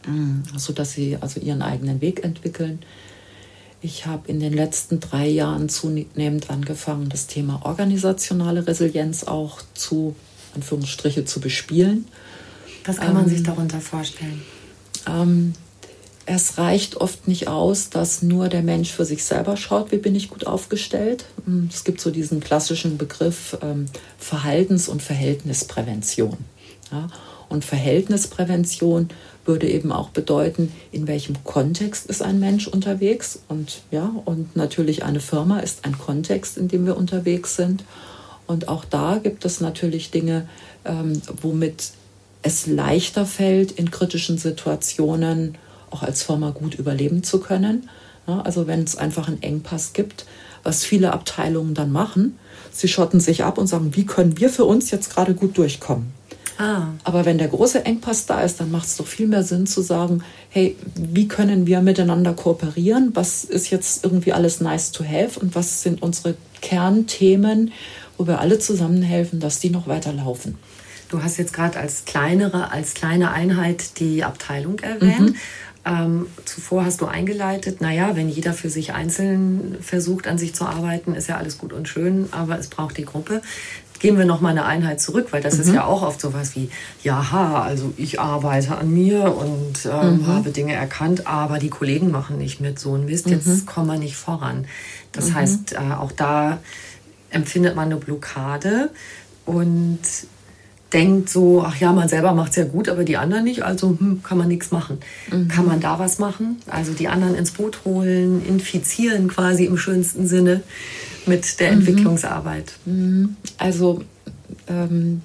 sodass sie also ihren eigenen Weg entwickeln. Ich habe in den letzten drei Jahren zunehmend angefangen, das Thema organisationale Resilienz auch zu, Anführungsstriche, zu bespielen. Was kann man ähm, sich darunter vorstellen? Ähm, es reicht oft nicht aus, dass nur der Mensch für sich selber schaut, wie bin ich gut aufgestellt. Es gibt so diesen klassischen Begriff ähm, Verhaltens- und Verhältnisprävention. Ja? Und Verhältnisprävention würde eben auch bedeuten, in welchem Kontext ist ein Mensch unterwegs. Und, ja, und natürlich eine Firma ist ein Kontext, in dem wir unterwegs sind. Und auch da gibt es natürlich Dinge, ähm, womit es leichter fällt, in kritischen Situationen auch als Firma gut überleben zu können. Ja, also wenn es einfach einen Engpass gibt, was viele Abteilungen dann machen, sie schotten sich ab und sagen, wie können wir für uns jetzt gerade gut durchkommen? Ah. Aber wenn der große Engpass da ist, dann macht es doch viel mehr Sinn zu sagen, hey, wie können wir miteinander kooperieren? Was ist jetzt irgendwie alles nice to have? Und was sind unsere Kernthemen, wo wir alle zusammenhelfen, dass die noch weiterlaufen? Du hast jetzt gerade als kleinere, als kleine Einheit die Abteilung erwähnt. Mhm. Ähm, zuvor hast du eingeleitet, naja, wenn jeder für sich einzeln versucht, an sich zu arbeiten, ist ja alles gut und schön, aber es braucht die Gruppe. Gehen wir noch mal eine Einheit zurück, weil das mhm. ist ja auch oft sowas wie, ja, also ich arbeite an mir und ähm, mhm. habe Dinge erkannt, aber die Kollegen machen nicht mit, so ein Mist, mhm. jetzt kommen wir nicht voran. Das mhm. heißt, äh, auch da empfindet man eine Blockade und denkt so, ach ja, man selber macht es ja gut, aber die anderen nicht, also hm, kann man nichts machen. Mhm. Kann man da was machen? Also die anderen ins Boot holen, infizieren quasi im schönsten Sinne mit der mhm. Entwicklungsarbeit. Also ähm,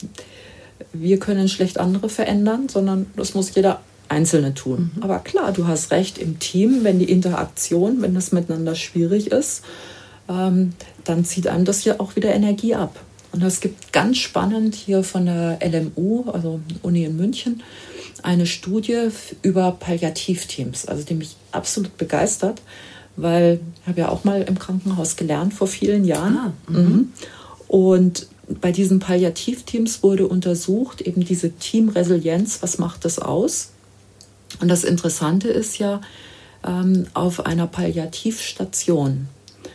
wir können schlecht andere verändern, sondern das muss jeder Einzelne tun. Mhm. Aber klar, du hast recht, im Team, wenn die Interaktion, wenn das miteinander schwierig ist, ähm, dann zieht einem das ja auch wieder Energie ab. Und es gibt ganz spannend hier von der L M U, also Uni in München, eine Studie über Palliativteams, also die mich absolut begeistert, weil ich habe ja auch mal im Krankenhaus gelernt vor vielen Jahren. Ah, mhm. Und bei diesen Palliativteams wurde untersucht, eben diese Teamresilienz, was macht das aus? Und das Interessante ist ja, ähm, auf einer Palliativstation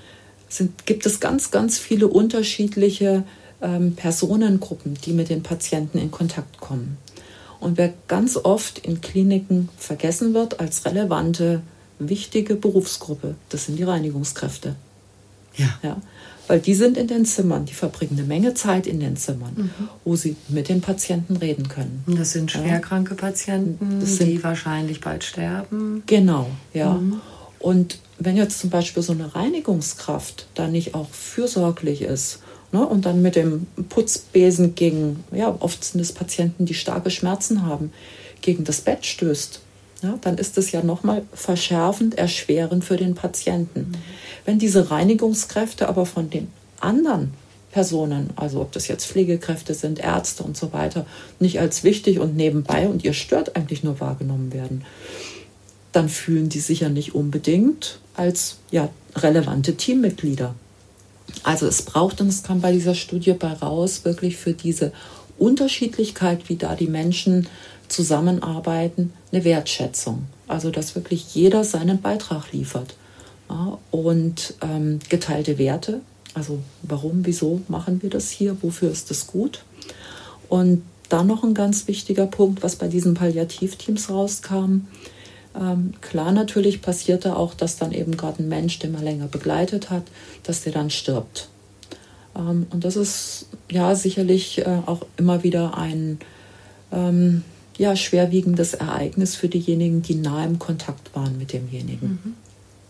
sind, gibt es ganz, ganz viele unterschiedliche ähm, Personengruppen, die mit den Patienten in Kontakt kommen. Und wer ganz oft in Kliniken vergessen wird als relevante, wichtige Berufsgruppe, das sind die Reinigungskräfte. Ja. Ja, weil die sind in den Zimmern, die verbringen eine Menge Zeit in den Zimmern, mhm. wo sie mit den Patienten reden können. Das sind schwerkranke Patienten, das sind, die wahrscheinlich bald sterben. Genau, ja. Mhm. Und wenn jetzt zum Beispiel so eine Reinigungskraft da nicht auch fürsorglich ist, ne, und dann mit dem Putzbesen gegen, ja, oft sind es Patienten, die starke Schmerzen haben, gegen das Bett stößt, ja, dann ist es ja nochmal verschärfend, erschwerend für den Patienten. Mhm. Wenn diese Reinigungskräfte aber von den anderen Personen, also ob das jetzt Pflegekräfte sind, Ärzte und so weiter, nicht als wichtig und nebenbei und ihr stört eigentlich nur wahrgenommen werden, dann fühlen die sich ja nicht unbedingt als ja, relevante Teammitglieder. Also es braucht, und es kam bei dieser Studie bei raus, wirklich für diese Unterschiedlichkeit, wie da die Menschen zusammenarbeiten, eine Wertschätzung. Also dass wirklich jeder seinen Beitrag liefert. Ja, und ähm, geteilte Werte, also warum, wieso machen wir das hier, wofür ist das gut? Und dann noch ein ganz wichtiger Punkt, was bei diesen Palliativteams rauskam. Ähm, klar, natürlich passierte auch, dass dann eben gerade ein Mensch, den man länger begleitet hat, dass der dann stirbt. Ähm, und das ist ja sicherlich äh, auch immer wieder ein ähm, ja, schwerwiegendes Ereignis für diejenigen, die nah im Kontakt waren mit demjenigen. Mhm.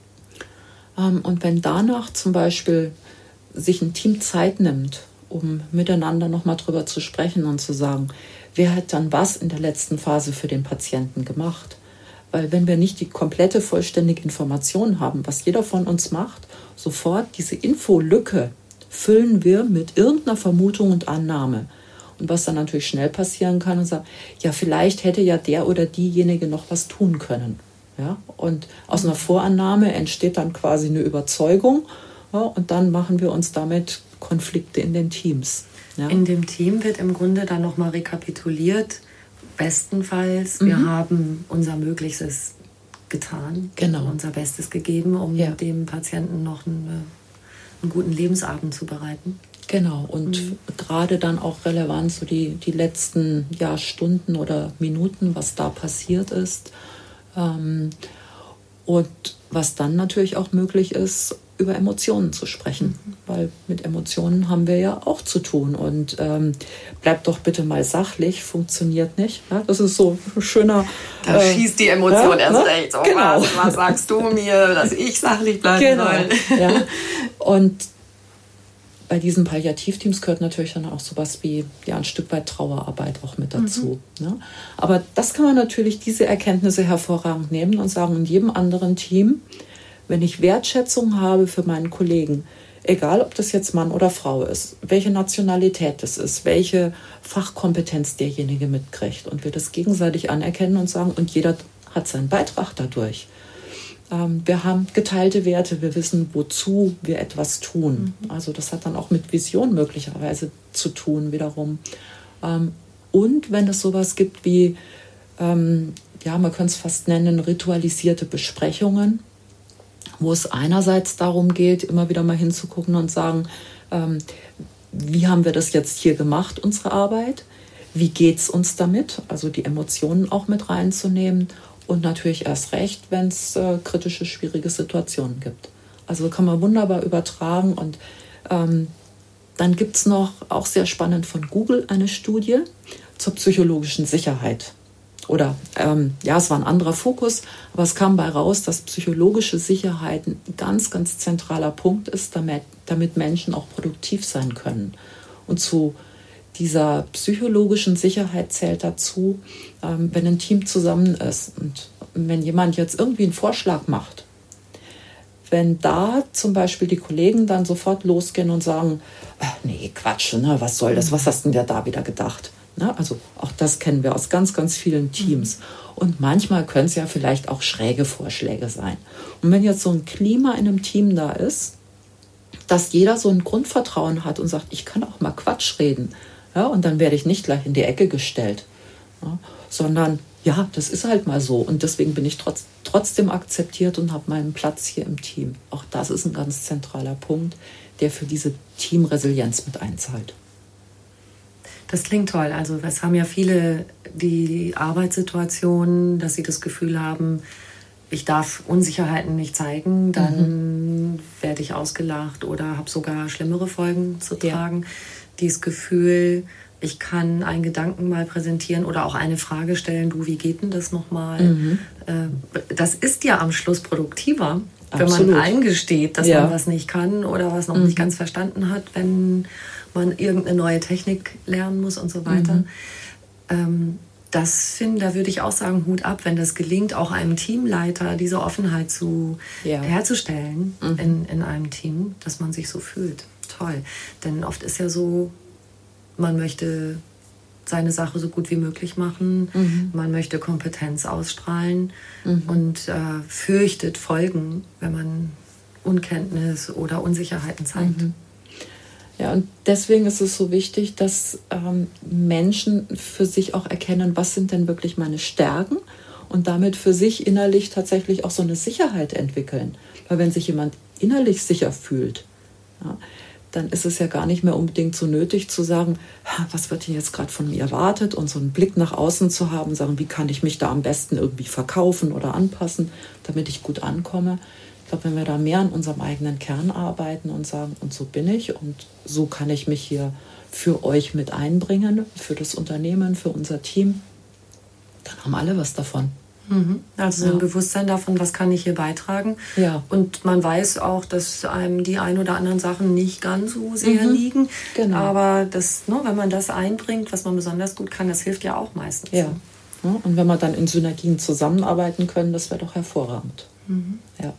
Ähm, und wenn danach zum Beispiel sich ein Team Zeit nimmt, um miteinander nochmal drüber zu sprechen und zu sagen, wer hat dann was in der letzten Phase für den Patienten gemacht? Weil wenn wir nicht die komplette, vollständige Information haben, was jeder von uns macht, sofort diese Infolücke füllen wir mit irgendeiner Vermutung und Annahme. Und was dann natürlich schnell passieren kann und sagen, ja, vielleicht hätte ja der oder diejenige noch was tun können. Ja? Und aus einer Vorannahme entsteht dann quasi eine Überzeugung, ja, und dann machen wir uns damit Konflikte in den Teams. Ja? In dem Team wird im Grunde dann nochmal rekapituliert, bestenfalls, Mhm. wir haben unser Möglichstes getan, Genau. unser Bestes gegeben, um Ja. dem Patienten noch einen, einen guten Lebensabend zu bereiten. Genau, und Mhm. gerade dann auch relevant so die, die letzten ja, Stunden oder Minuten, was da passiert ist. Ähm, und was dann natürlich auch möglich ist, über Emotionen zu sprechen, mhm. weil mit Emotionen haben wir ja auch zu tun. Und ähm, bleibt doch bitte mal sachlich, funktioniert nicht. Ja, das ist so ein schöner... Da äh, schießt die Emotion ja, erst ne? recht. So, genau. was, was sagst du mir, dass ich sachlich bleiben genau. soll? Ja. Und bei diesen Palliativteams gehört natürlich dann auch sowas wie ja, ein Stück weit Trauerarbeit auch mit dazu. Mhm. Ne? Aber das kann man natürlich, diese Erkenntnisse hervorragend nehmen und sagen, in jedem anderen Team, wenn ich Wertschätzung habe für meinen Kollegen, egal ob das jetzt Mann oder Frau ist, welche Nationalität das ist, welche Fachkompetenz derjenige mitkriegt und wir das gegenseitig anerkennen und sagen, und jeder hat seinen Beitrag dadurch. Wir haben geteilte Werte, wir wissen, wozu wir etwas tun. Also das hat dann auch mit Vision möglicherweise zu tun wiederum. Und wenn es sowas gibt wie, ja, man könnte es fast nennen, ritualisierte Besprechungen, wo es einerseits darum geht, immer wieder mal hinzugucken und sagen, wie haben wir das jetzt hier gemacht, unsere Arbeit? Wie geht es uns damit? Also die Emotionen auch mit reinzunehmen. Und natürlich erst recht, wenn es äh, kritische, schwierige Situationen gibt. Also kann man wunderbar übertragen. Und ähm, dann gibt es noch, auch sehr spannend von Google, eine Studie zur psychologischen Sicherheit. Oder, ähm, ja, es war ein anderer Fokus, aber es kam bei raus, dass psychologische Sicherheit ein ganz, ganz zentraler Punkt ist, damit, damit Menschen auch produktiv sein können. Und zu dieser psychologischen Sicherheit zählt dazu, ähm, wenn ein Team zusammen ist und wenn jemand jetzt irgendwie einen Vorschlag macht, wenn da zum Beispiel die Kollegen dann sofort losgehen und sagen, nee, Quatsch, ne, was soll das, was hast denn der da wieder gedacht? Ne, also auch das kennen wir aus ganz, ganz vielen Teams. Und manchmal können es ja vielleicht auch schräge Vorschläge sein. Und wenn jetzt so ein Klima in einem Team da ist, dass jeder so ein Grundvertrauen hat und sagt, ich kann auch mal Quatsch reden, ja, und dann werde ich nicht gleich in die Ecke gestellt, ja, sondern ja, das ist halt mal so und deswegen bin ich trotz, trotzdem akzeptiert und habe meinen Platz hier im Team. Auch das ist ein ganz zentraler Punkt, der für diese Teamresilienz mit einzahlt. Das klingt toll. Also es haben ja viele die Arbeitssituation, dass sie das Gefühl haben, ich darf Unsicherheiten nicht zeigen, dann mhm. werde ich ausgelacht oder habe sogar schlimmere Folgen zu tragen. Ja. Dieses Gefühl, ich kann einen Gedanken mal präsentieren oder auch eine Frage stellen, du, wie geht denn das nochmal? Mhm. Das ist ja am Schluss produktiver, Absolut. Wenn man eingesteht, dass ja. man was nicht kann oder was noch mhm. nicht ganz verstanden hat, wenn man irgendeine neue Technik lernen muss und so weiter. Mhm. Das finde, da würde ich auch sagen, Hut ab, wenn das gelingt, auch einem Teamleiter diese Offenheit zu, ja. herzustellen mhm. in, in einem Team, dass man sich so fühlt. Toll. Denn oft ist ja so, man möchte seine Sache so gut wie möglich machen, mhm. man möchte Kompetenz ausstrahlen mhm. und äh, fürchtet Folgen, wenn man Unkenntnis oder Unsicherheiten zeigt. Mhm. Ja, und deswegen ist es so wichtig, dass ähm, Menschen für sich auch erkennen, was sind denn wirklich meine Stärken und damit für sich innerlich tatsächlich auch so eine Sicherheit entwickeln. Weil wenn sich jemand innerlich sicher fühlt, ja, dann ist es ja gar nicht mehr unbedingt so nötig zu sagen, was wird denn jetzt gerade von mir erwartet und so einen Blick nach außen zu haben, sagen, wie kann ich mich da am besten irgendwie verkaufen oder anpassen, damit ich gut ankomme. Ich glaube, wenn wir da mehr an unserem eigenen Kern arbeiten und sagen, und so bin ich und so kann ich mich hier für euch mit einbringen, für das Unternehmen, für unser Team, dann haben alle was davon. Mhm. Also so ein ja. Bewusstsein davon, was kann ich hier beitragen. Ja. Und man weiß auch, dass einem die ein oder anderen Sachen nicht ganz so sehr mhm. liegen. Genau. Aber das, ne, wenn man das einbringt, was man besonders gut kann, das hilft ja auch meistens. Ja. ja. Und wenn wir dann in Synergien zusammenarbeiten können, das wäre doch hervorragend. Mhm. Ja.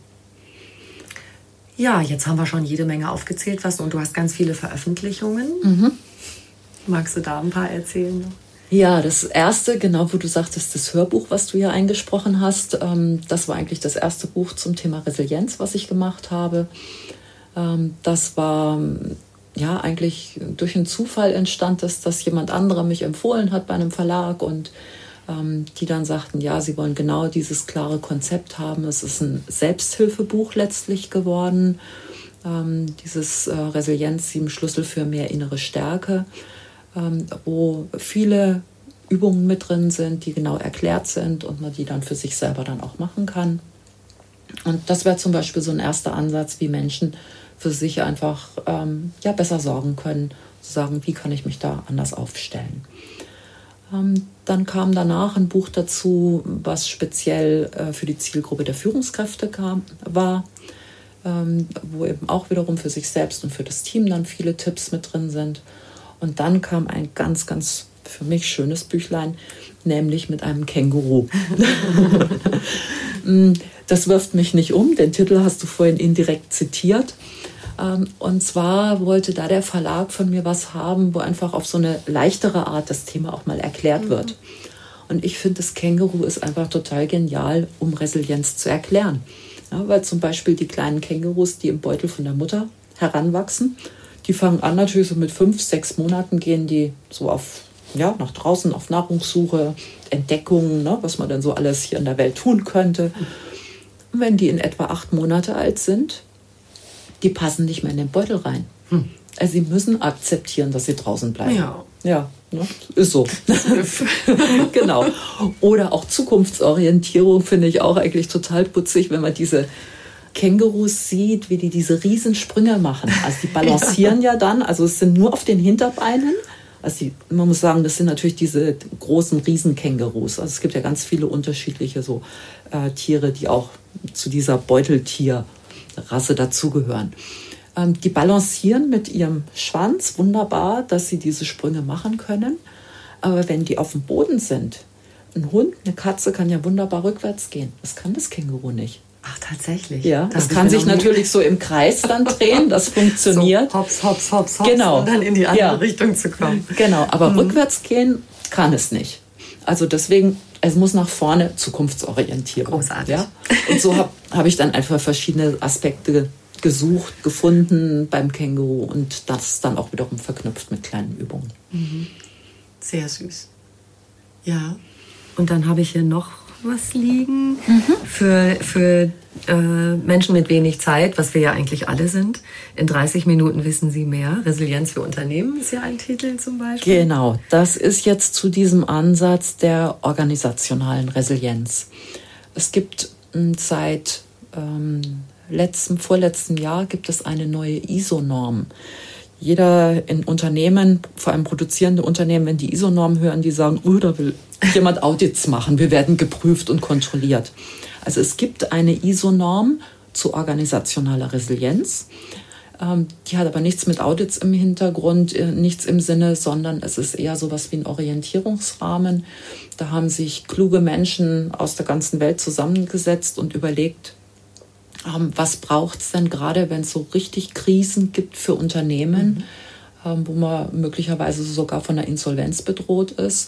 Ja, jetzt haben wir schon jede Menge aufgezählt, was und du hast ganz viele Veröffentlichungen. Mhm. Magst du da ein paar erzählen? Ja, das erste, genau wo du sagtest, das Hörbuch, was du ja eingesprochen hast, ähm, das war eigentlich das erste Buch zum Thema Resilienz, was ich gemacht habe. Ähm, das war ja eigentlich durch einen Zufall entstand, dass das jemand anderer mich empfohlen hat bei einem Verlag und ähm, die dann sagten, ja, sie wollen genau dieses klare Konzept haben. Es ist ein Selbsthilfebuch letztlich geworden. Ähm, dieses äh, Resilienz, sieben Schlüssel für mehr innere Stärke, ähm, wo viele Übungen mit drin sind, die genau erklärt sind und man die dann für sich selber dann auch machen kann. Und das wäre zum Beispiel so ein erster Ansatz, wie Menschen für sich einfach ähm, ja, besser sorgen können, zu sagen, wie kann ich mich da anders aufstellen. Ähm, dann kam danach ein Buch dazu, was speziell äh, für die Zielgruppe der Führungskräfte kam, war, ähm, wo eben auch wiederum für sich selbst und für das Team dann viele Tipps mit drin sind. Und dann kam ein ganz, ganz für mich schönes Büchlein, nämlich mit einem Känguru. Das wirft mich nicht um, den Titel hast du vorhin indirekt zitiert. Und zwar wollte da der Verlag von mir was haben, wo einfach auf so eine leichtere Art das Thema auch mal erklärt wird. Und ich finde, das Känguru ist einfach total genial, um Resilienz zu erklären. Ja, weil zum Beispiel die kleinen Kängurus, die im Beutel von der Mutter heranwachsen, die fangen an natürlich so mit fünf, sechs Monaten gehen die so auf, ja, nach draußen auf Nahrungssuche, Entdeckungen, ne, was man dann so alles hier in der Welt tun könnte. Und wenn die in etwa acht Monate alt sind, die passen nicht mehr in den Beutel rein. Hm. Also sie müssen akzeptieren, dass sie draußen bleiben. Ja. Ja, ne? Ist so. Genau. Oder auch Zukunftsorientierung finde ich auch eigentlich total putzig, wenn man diese Kängurus sieht, wie die diese Riesensprünge machen. Also die balancieren ja, ja dann, also es sind nur auf den Hinterbeinen. Also die, man muss sagen, das sind natürlich diese großen Riesenkängurus. Also es gibt ja ganz viele unterschiedliche so äh, Tiere, die auch zu dieser Beuteltierrasse dazugehören. Ähm, die balancieren mit ihrem Schwanz wunderbar, dass sie diese Sprünge machen können. Aber wenn die auf dem Boden sind, ein Hund, eine Katze kann ja wunderbar rückwärts gehen. Das kann das Känguru nicht. Ach, tatsächlich? Ja, das, das kann sich natürlich so im Kreis dann drehen, das funktioniert. So, hops, hops, hops, hops, genau. Und dann in die andere ja. Richtung zu kommen. Genau, aber mhm. rückwärts gehen kann es nicht. Also deswegen, es muss nach vorne Zukunftsorientierung. Großartig. Ja? Und so habe hab ich dann einfach verschiedene Aspekte gesucht, gefunden beim Känguru und das dann auch wiederum verknüpft mit kleinen Übungen. Mhm. Sehr süß. Ja. Und dann habe ich hier noch was liegen mhm. für, für äh, Menschen mit wenig Zeit, was wir ja eigentlich alle sind. In dreißig Minuten wissen Sie mehr. Resilienz für Unternehmen ist ja ein Titel zum Beispiel. Genau, das ist jetzt zu diesem Ansatz der organisationalen Resilienz. Es gibt m, seit ähm, letztem, vorletztem Jahr gibt es eine neue I S O-Norm. Jeder in Unternehmen, vor allem produzierende Unternehmen, wenn die I S O-Norm hören, die sagen, oh, da will jemand Audits machen, wir werden geprüft und kontrolliert. Also es gibt eine I S O-Norm zu organisationaler Resilienz. Ähm, die hat aber nichts mit Audits im Hintergrund, äh, nichts im Sinne, sondern es ist eher sowas wie ein Orientierungsrahmen. Da haben sich kluge Menschen aus der ganzen Welt zusammengesetzt und überlegt, ähm, was braucht es denn gerade, wenn es so richtig Krisen gibt für Unternehmen, mhm. ähm, wo man möglicherweise sogar von der Insolvenz bedroht ist.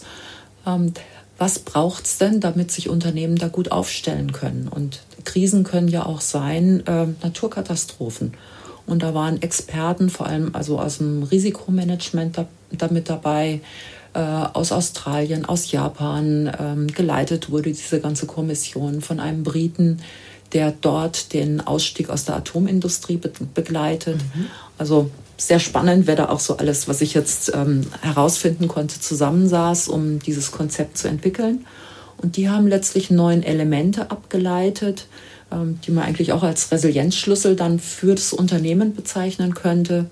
Was braucht es denn, damit sich Unternehmen da gut aufstellen können? Und Krisen können ja auch sein, äh, Naturkatastrophen. Und da waren Experten, vor allem also aus dem Risikomanagement da, da mit dabei, äh, aus Australien, aus Japan. Ähm, geleitet wurde diese ganze Kommission von einem Briten, der dort den Ausstieg aus der Atomindustrie be- begleitet. Mhm. Also sehr spannend, wer da auch so alles, was ich jetzt ähm, herausfinden konnte, zusammensaß, um dieses Konzept zu entwickeln. Und die haben letztlich neun Elemente abgeleitet, ähm, die man eigentlich auch als Resilienzschlüssel dann für das Unternehmen bezeichnen könnte.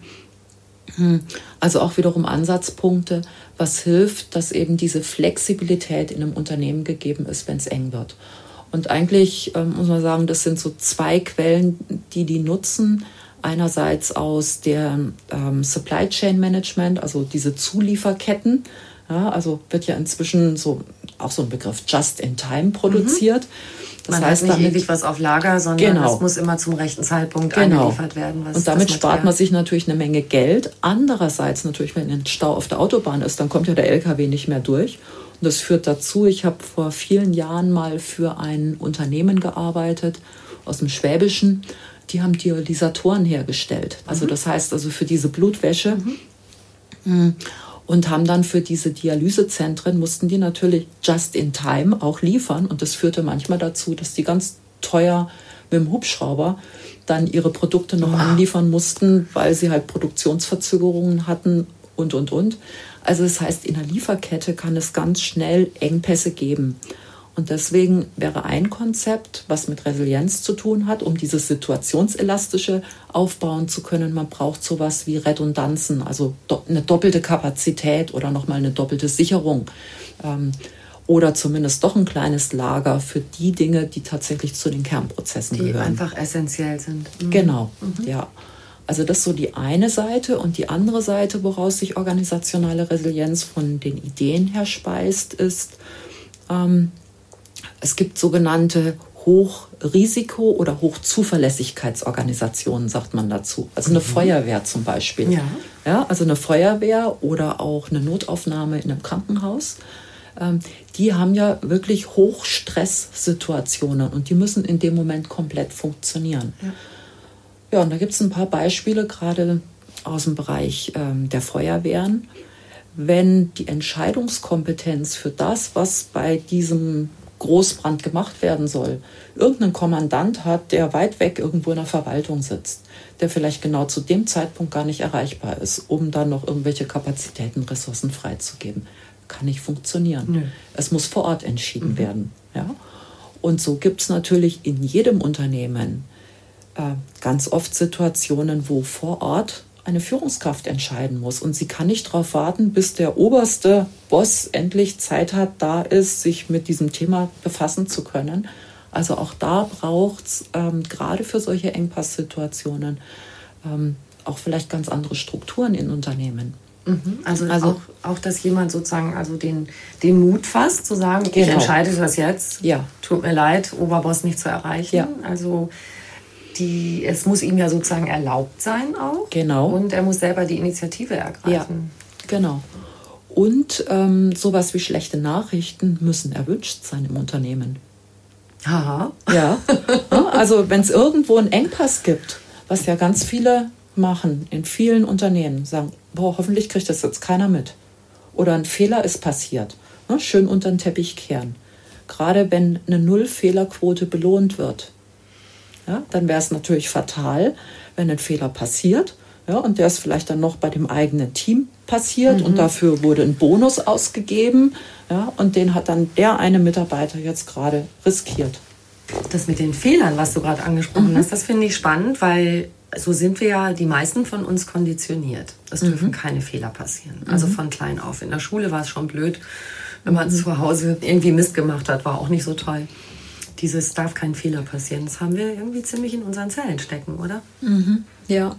Also auch wiederum Ansatzpunkte, was hilft, dass eben diese Flexibilität in einem Unternehmen gegeben ist, wenn es eng wird. Und eigentlich ähm, muss man sagen, das sind so zwei Quellen, die die nutzen. Einerseits aus der ähm, Supply Chain Management, also diese Zulieferketten. Ja, also wird ja inzwischen so auch so ein Begriff Just in Time produziert. Mhm. Das man heißt hat nicht damit, ewig was auf Lager, sondern genau. es muss immer zum rechten Zeitpunkt genau. angeliefert werden. Was und damit spart man sich natürlich eine Menge Geld. Andererseits natürlich, wenn ein Stau auf der Autobahn ist, dann kommt ja der L K W nicht mehr durch. Und das führt dazu, ich habe vor vielen Jahren mal für ein Unternehmen gearbeitet aus dem Schwäbischen. Die haben Dialysatoren hergestellt. Also das heißt also für diese Blutwäsche. Mhm. Und haben dann für diese Dialysezentren, mussten die natürlich just in time auch liefern. Und das führte manchmal dazu, dass die ganz teuer mit dem Hubschrauber dann ihre Produkte noch wow. anliefern mussten, weil sie halt Produktionsverzögerungen hatten und, und, und. Also das heißt, in der Lieferkette kann es ganz schnell Engpässe geben. Und deswegen wäre ein Konzept, was mit Resilienz zu tun hat, um dieses Situationselastische aufbauen zu können. Man braucht sowas wie Redundanzen, also eine doppelte Kapazität oder nochmal eine doppelte Sicherung. Ähm, oder zumindest doch ein kleines Lager für die Dinge, die tatsächlich zu den Kernprozessen die gehören. Die einfach essentiell sind. Mhm. Genau, mhm. ja. Also das ist so die eine Seite. Und die andere Seite, woraus sich organisationale Resilienz von den Ideen her speist, ist, ähm, es gibt sogenannte Hochrisiko- oder Hochzuverlässigkeitsorganisationen, sagt man dazu. Also eine mhm. Feuerwehr zum Beispiel. Ja. Ja, also eine Feuerwehr oder auch eine Notaufnahme in einem Krankenhaus. Ähm, die haben ja wirklich Hochstresssituationen und die müssen in dem Moment komplett funktionieren. Ja, ja und da gibt es ein paar Beispiele, gerade aus dem Bereich ähm, der Feuerwehren. Wenn die Entscheidungskompetenz für das, was bei diesem Großbrand gemacht werden soll, irgendein Kommandant hat, der weit weg irgendwo in der Verwaltung sitzt, der vielleicht genau zu dem Zeitpunkt gar nicht erreichbar ist, um dann noch irgendwelche Kapazitäten, Ressourcen freizugeben, kann nicht funktionieren. Nö. Es muss vor Ort entschieden mhm. werden. Ja? Und so gibt es natürlich in jedem Unternehmen äh, ganz oft Situationen, wo vor Ort eine Führungskraft entscheiden muss. Und sie kann nicht darauf warten, bis der oberste Boss endlich Zeit hat, da ist, sich mit diesem Thema befassen zu können. Also auch da braucht es ähm, gerade für solche Engpasssituationen ähm, auch vielleicht ganz andere Strukturen in Unternehmen. Mhm. Also, also auch, auch, dass jemand sozusagen also den, den Mut fasst, zu sagen, genau. ich entscheide das jetzt, ja. tut mir leid, Oberboss nicht zu erreichen. Ja. Also Die, es muss ihm ja sozusagen erlaubt sein auch. Genau. Und er muss selber die Initiative ergreifen. Ja, genau. Und ähm, sowas wie schlechte Nachrichten müssen erwünscht sein im Unternehmen. Aha. Ja. Also wenn es irgendwo einen Engpass gibt, was ja ganz viele machen in vielen Unternehmen, sagen, boah, hoffentlich kriegt das jetzt keiner mit. Oder ein Fehler ist passiert. Ne? Schön unter den Teppich kehren. Gerade wenn eine Null-Fehlerquote belohnt wird. Ja, dann wäre es natürlich fatal, wenn ein Fehler passiert, ja, und der ist vielleicht dann noch bei dem eigenen Team passiert mhm. und dafür wurde ein Bonus ausgegeben, ja, und den hat dann der eine Mitarbeiter jetzt gerade riskiert. Das mit den Fehlern, was du gerade angesprochen mhm. hast, das finde ich spannend, weil so sind wir ja die meisten von uns konditioniert. Es mhm. dürfen keine Fehler passieren. Also von klein auf. In der Schule war es schon blöd, wenn man mhm. zu Hause irgendwie Mist gemacht hat, war auch nicht so toll. Dieses darf kein Fehler passieren, das haben wir irgendwie ziemlich in unseren Zellen stecken, oder? Mhm. Ja,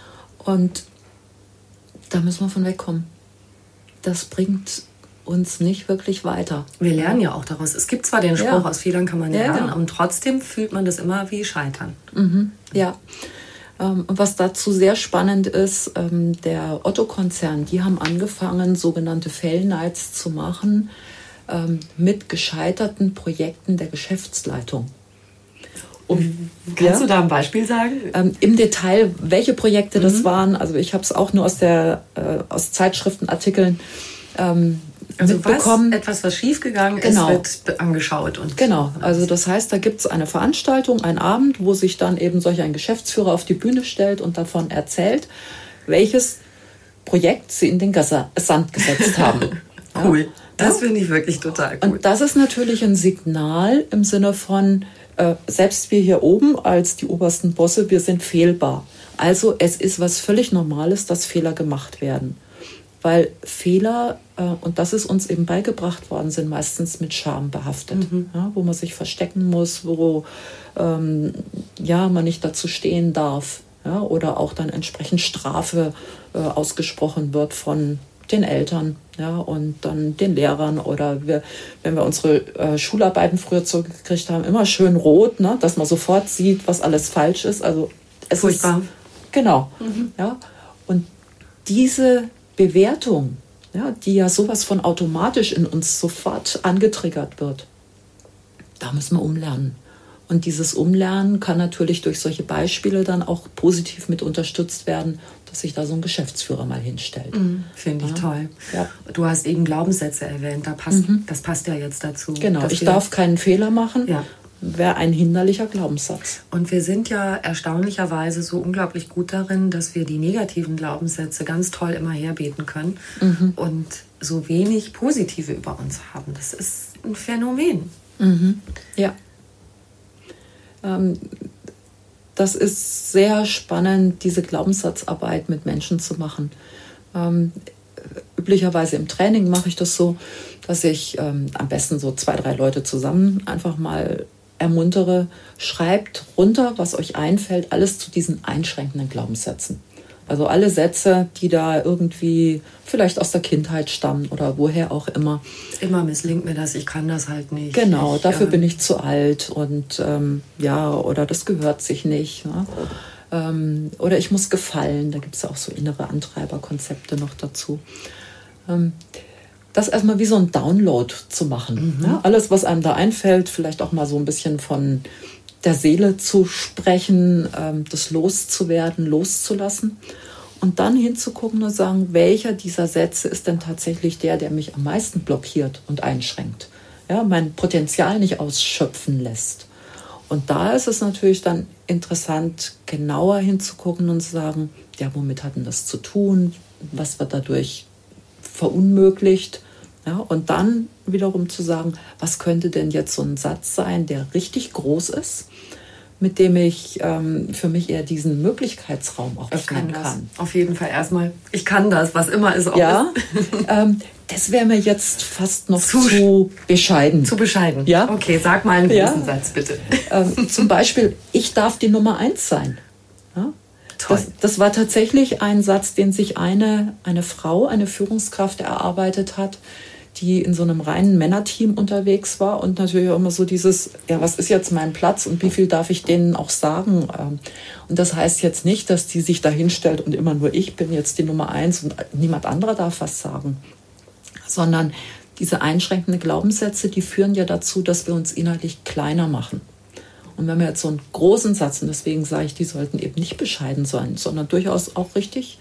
und da müssen wir von wegkommen. Das bringt uns nicht wirklich weiter. Wir lernen ja auch daraus. Es gibt zwar den Spruch, ja. aus Fehlern kann man ja, lernen, ja. aber trotzdem fühlt man das immer wie Scheitern. Mhm. Ja, und was dazu sehr spannend ist, der Otto-Konzern, die haben angefangen, sogenannte Fail-Nights zu machen, mit gescheiterten Projekten der Geschäftsleitung. Um, Kannst ja, du da ein Beispiel sagen? Ähm, Im Detail, welche Projekte mhm. das waren. Also ich habe es auch nur aus, der, äh, aus Zeitschriftenartikeln ähm, also mitbekommen. Was, etwas, was schiefgegangen genau. ist, wird angeschaut. Und genau, also das heißt, da gibt es eine Veranstaltung, einen Abend, wo sich dann eben solch ein Geschäftsführer auf die Bühne stellt und davon erzählt, welches Projekt sie in den Sand gesetzt haben. Cool. Ja? Das finde ich wirklich total cool. Und das ist natürlich ein Signal im Sinne von, äh, selbst wir hier oben als die obersten Bosse, wir sind fehlbar. Also es ist was völlig Normales, dass Fehler gemacht werden. Weil Fehler, äh, und das ist uns eben beigebracht worden, sind meistens mit Scham behaftet. Mhm. Ja, wo man sich verstecken muss, wo ähm, ja, man nicht dazu stehen darf. Ja, oder auch dann entsprechend Strafe äh, ausgesprochen wird von den Eltern, ja, und dann den Lehrern oder wir, wenn wir unsere äh, Schularbeiten früher zurückgekriegt haben, immer schön rot, ne, dass man sofort sieht, was alles falsch ist. Also es Furchtbar. ist genau, mhm. ja, und diese Bewertung, ja, die ja sowas von automatisch in uns sofort angetriggert wird, da müssen wir umlernen. Und dieses Umlernen kann natürlich durch solche Beispiele dann auch positiv mit unterstützt werden, dass sich da so ein Geschäftsführer mal hinstellt. Mhm, finde ich ja. toll. Ja. Du hast eben Glaubenssätze erwähnt, da passt, mhm. das passt ja jetzt dazu. Genau, ich darf keinen Fehler machen. Ja. Wäre ein hinderlicher Glaubenssatz. Und wir sind ja erstaunlicherweise so unglaublich gut darin, dass wir die negativen Glaubenssätze ganz toll immer herbeten können mhm. und so wenig positive über uns haben. Das ist ein Phänomen. Mhm. Ja. Ähm, das ist sehr spannend, diese Glaubenssatzarbeit mit Menschen zu machen. Ähm, üblicherweise im Training mache ich das so, dass ich ähm, am besten so zwei, drei Leute zusammen einfach mal ermuntere, schreibt runter, was euch einfällt, alles zu diesen einschränkenden Glaubenssätzen. Also alle Sätze, die da irgendwie vielleicht aus der Kindheit stammen oder woher auch immer. Immer misslingt mir das, ich kann das halt nicht. Genau, ich, dafür äh, bin ich zu alt und ähm, ja, oder das gehört sich nicht. Ne? Ähm, oder ich muss gefallen, da gibt es ja auch so innere Antreiberkonzepte noch dazu. Ähm, das erstmal wie so ein Download zu machen. Mhm. Ja, alles, was einem da einfällt, vielleicht auch mal so ein bisschen von der Seele zu sprechen, ähm, das loszuwerden, loszulassen und dann hinzugucken und sagen, welcher dieser Sätze ist denn tatsächlich der, der mich am meisten blockiert und einschränkt, ja, mein Potenzial nicht ausschöpfen lässt. Und da ist es natürlich dann interessant, genauer hinzugucken und zu sagen, ja, womit hat denn das zu tun, was wird dadurch verunmöglicht, ja, und dann wiederum zu sagen, was könnte denn jetzt so ein Satz sein, der richtig groß ist, mit dem ich ähm, für mich eher diesen Möglichkeitsraum auch öffnen ich kann. kann. Das. Auf jeden Fall erstmal, ich kann das, was immer es auch ja, ist. ähm, das wäre mir jetzt fast noch zu, zu bescheiden. Zu bescheiden? Ja. Okay, sag mal einen großen ja. Satz, bitte. Ähm, zum Beispiel, ich darf die Nummer eins sein. Ja? Das, das war tatsächlich ein Satz, den sich eine, eine Frau, eine Führungskraft erarbeitet hat, die in so einem reinen Männerteam unterwegs war und natürlich auch immer so dieses, ja, was ist jetzt mein Platz und wie viel darf ich denen auch sagen? Und das heißt jetzt nicht, dass die sich da hinstellt und immer nur ich bin jetzt die Nummer eins und niemand anderer darf was sagen, sondern diese einschränkenden Glaubenssätze, die führen ja dazu, dass wir uns inhaltlich kleiner machen. Und wenn wir jetzt so einen großen Satz, und deswegen sage ich, die sollten eben nicht bescheiden sein, sondern durchaus auch richtig,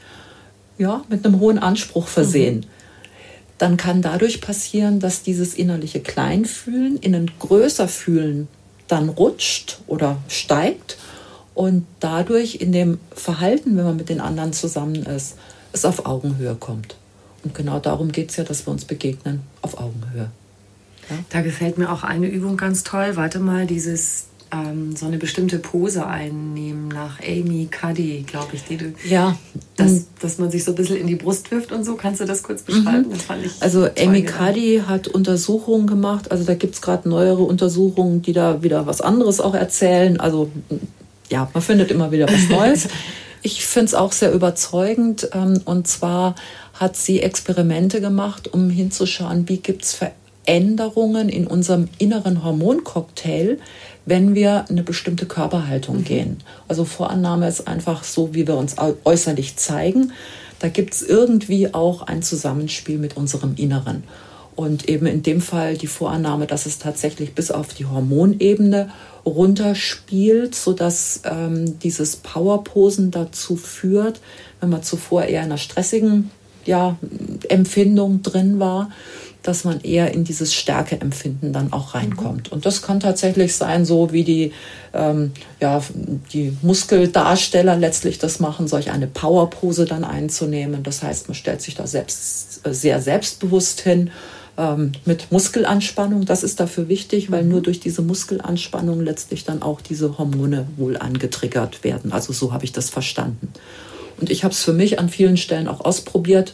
ja, mit einem hohen Anspruch versehen, mhm. dann kann dadurch passieren, dass dieses innerliche Kleinfühlen in ein Größerfühlen dann rutscht oder steigt und dadurch in dem Verhalten, wenn man mit den anderen zusammen ist, es auf Augenhöhe kommt. Und genau darum geht es ja, dass wir uns begegnen auf Augenhöhe. Ja? Da gefällt mir auch eine Übung ganz toll. Warte mal, dieses ähm, so eine bestimmte Pose einnehmen nach Amy Cuddy, glaube ich, die du, ja. dass, dass man sich so ein bisschen in die Brust wirft und so. Kannst du das kurz beschreiben? Mhm. Das fand ich also Amy Cuddy hat Untersuchungen gemacht. Also da gibt es gerade neuere Untersuchungen, die da wieder was anderes auch erzählen. Also ja, man findet immer wieder was Neues. Ich finde es auch sehr überzeugend. Und zwar hat sie Experimente gemacht, um hinzuschauen, wie gibt es Veränderungen in unserem inneren Hormoncocktail, wenn wir eine bestimmte Körperhaltung mhm. gehen. Also Vorannahme ist einfach so, wie wir uns äußerlich zeigen. Da gibt es irgendwie auch ein Zusammenspiel mit unserem Inneren. Und eben in dem Fall die Vorannahme, dass es tatsächlich bis auf die Hormonebene runterspielt, sodass ähm, dieses Powerposen dazu führt, wenn man zuvor eher in einer stressigen ja, Empfindung drin war, dass man eher in dieses Stärkeempfinden dann auch reinkommt. Und das kann tatsächlich sein, so wie die, ähm, ja, die Muskeldarsteller letztlich das machen, solch eine Powerpose dann einzunehmen. Das heißt, man stellt sich da selbst, äh, sehr selbstbewusst hin, ähm, mit Muskelanspannung. Das ist dafür wichtig, weil nur durch diese Muskelanspannung letztlich dann auch diese Hormone wohl angetriggert werden. Also so habe ich das verstanden. Und ich habe es für mich an vielen Stellen auch ausprobiert,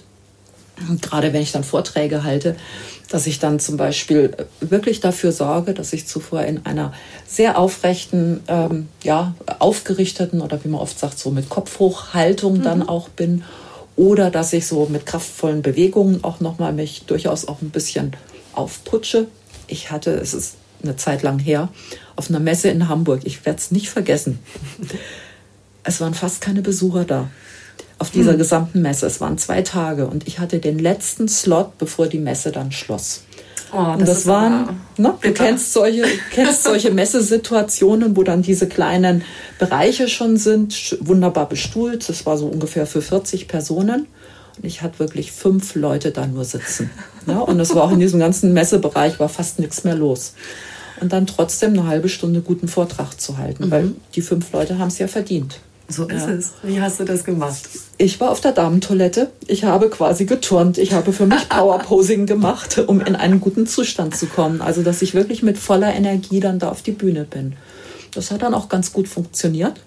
gerade wenn ich dann Vorträge halte, dass ich dann zum Beispiel wirklich dafür sorge, dass ich zuvor in einer sehr aufrechten, ähm, ja, aufgerichteten oder wie man oft sagt, so mit Kopfhochhaltung mhm. dann auch bin. Oder dass ich so mit kraftvollen Bewegungen auch nochmal mich durchaus auch ein bisschen aufputsche. Ich hatte, es ist eine Zeit lang her, auf einer Messe in Hamburg, ich werde es nicht vergessen, es waren fast keine Besucher da. Auf dieser hm. gesamten Messe. Es waren zwei Tage und ich hatte den letzten Slot, bevor die Messe dann schloss. Oh, das und das ist waren, ne, du kennst solche, kennst solche Messesituationen, wo dann diese kleinen Bereiche schon sind, wunderbar bestuhlt. Das war so ungefähr für vierzig Personen. Und ich hatte wirklich fünf Leute da nur sitzen. Ja, und es war auch in diesem ganzen Messebereich war fast nichts mehr los. Und dann trotzdem eine halbe Stunde guten Vortrag zu halten, mhm. weil die fünf Leute haben es ja verdient. So ist ja. es. Wie hast du das gemacht? Ich war auf der Damentoilette. Ich habe quasi geturnt. Ich habe für mich Powerposing gemacht, um in einen guten Zustand zu kommen. Also, dass ich wirklich mit voller Energie dann da auf die Bühne bin. Das hat dann auch ganz gut funktioniert.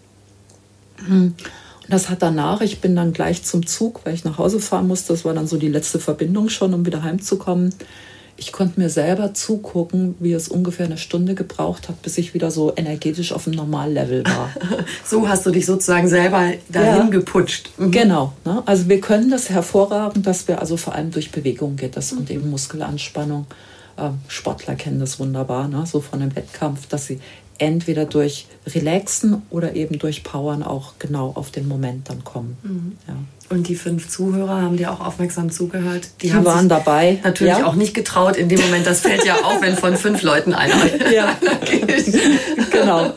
Und das hat danach, ich bin dann gleich zum Zug, weil ich nach Hause fahren musste. Das war dann so die letzte Verbindung schon, um wieder heimzukommen. Ich konnte mir selber zugucken, wie es ungefähr eine Stunde gebraucht hat, bis ich wieder so energetisch auf dem Normallevel war. So hast du dich sozusagen selber dahin ja, geputscht. Mhm. Genau. Ne? Also wir können das hervorragend, dass wir also vor allem durch Bewegung geht das mhm. und eben Muskelanspannung. Ähm, Sportler kennen das wunderbar, ne? So von einem Wettkampf, dass sie entweder durch Relaxen oder eben durch Powern auch genau auf den Moment dann kommen. Mhm. Ja. Und die fünf Zuhörer haben dir auch aufmerksam zugehört. Die, die haben waren sich dabei. Natürlich ja. auch nicht getraut in dem Moment. Das fällt ja auf, wenn von fünf Leuten einer ja. geht. Genau.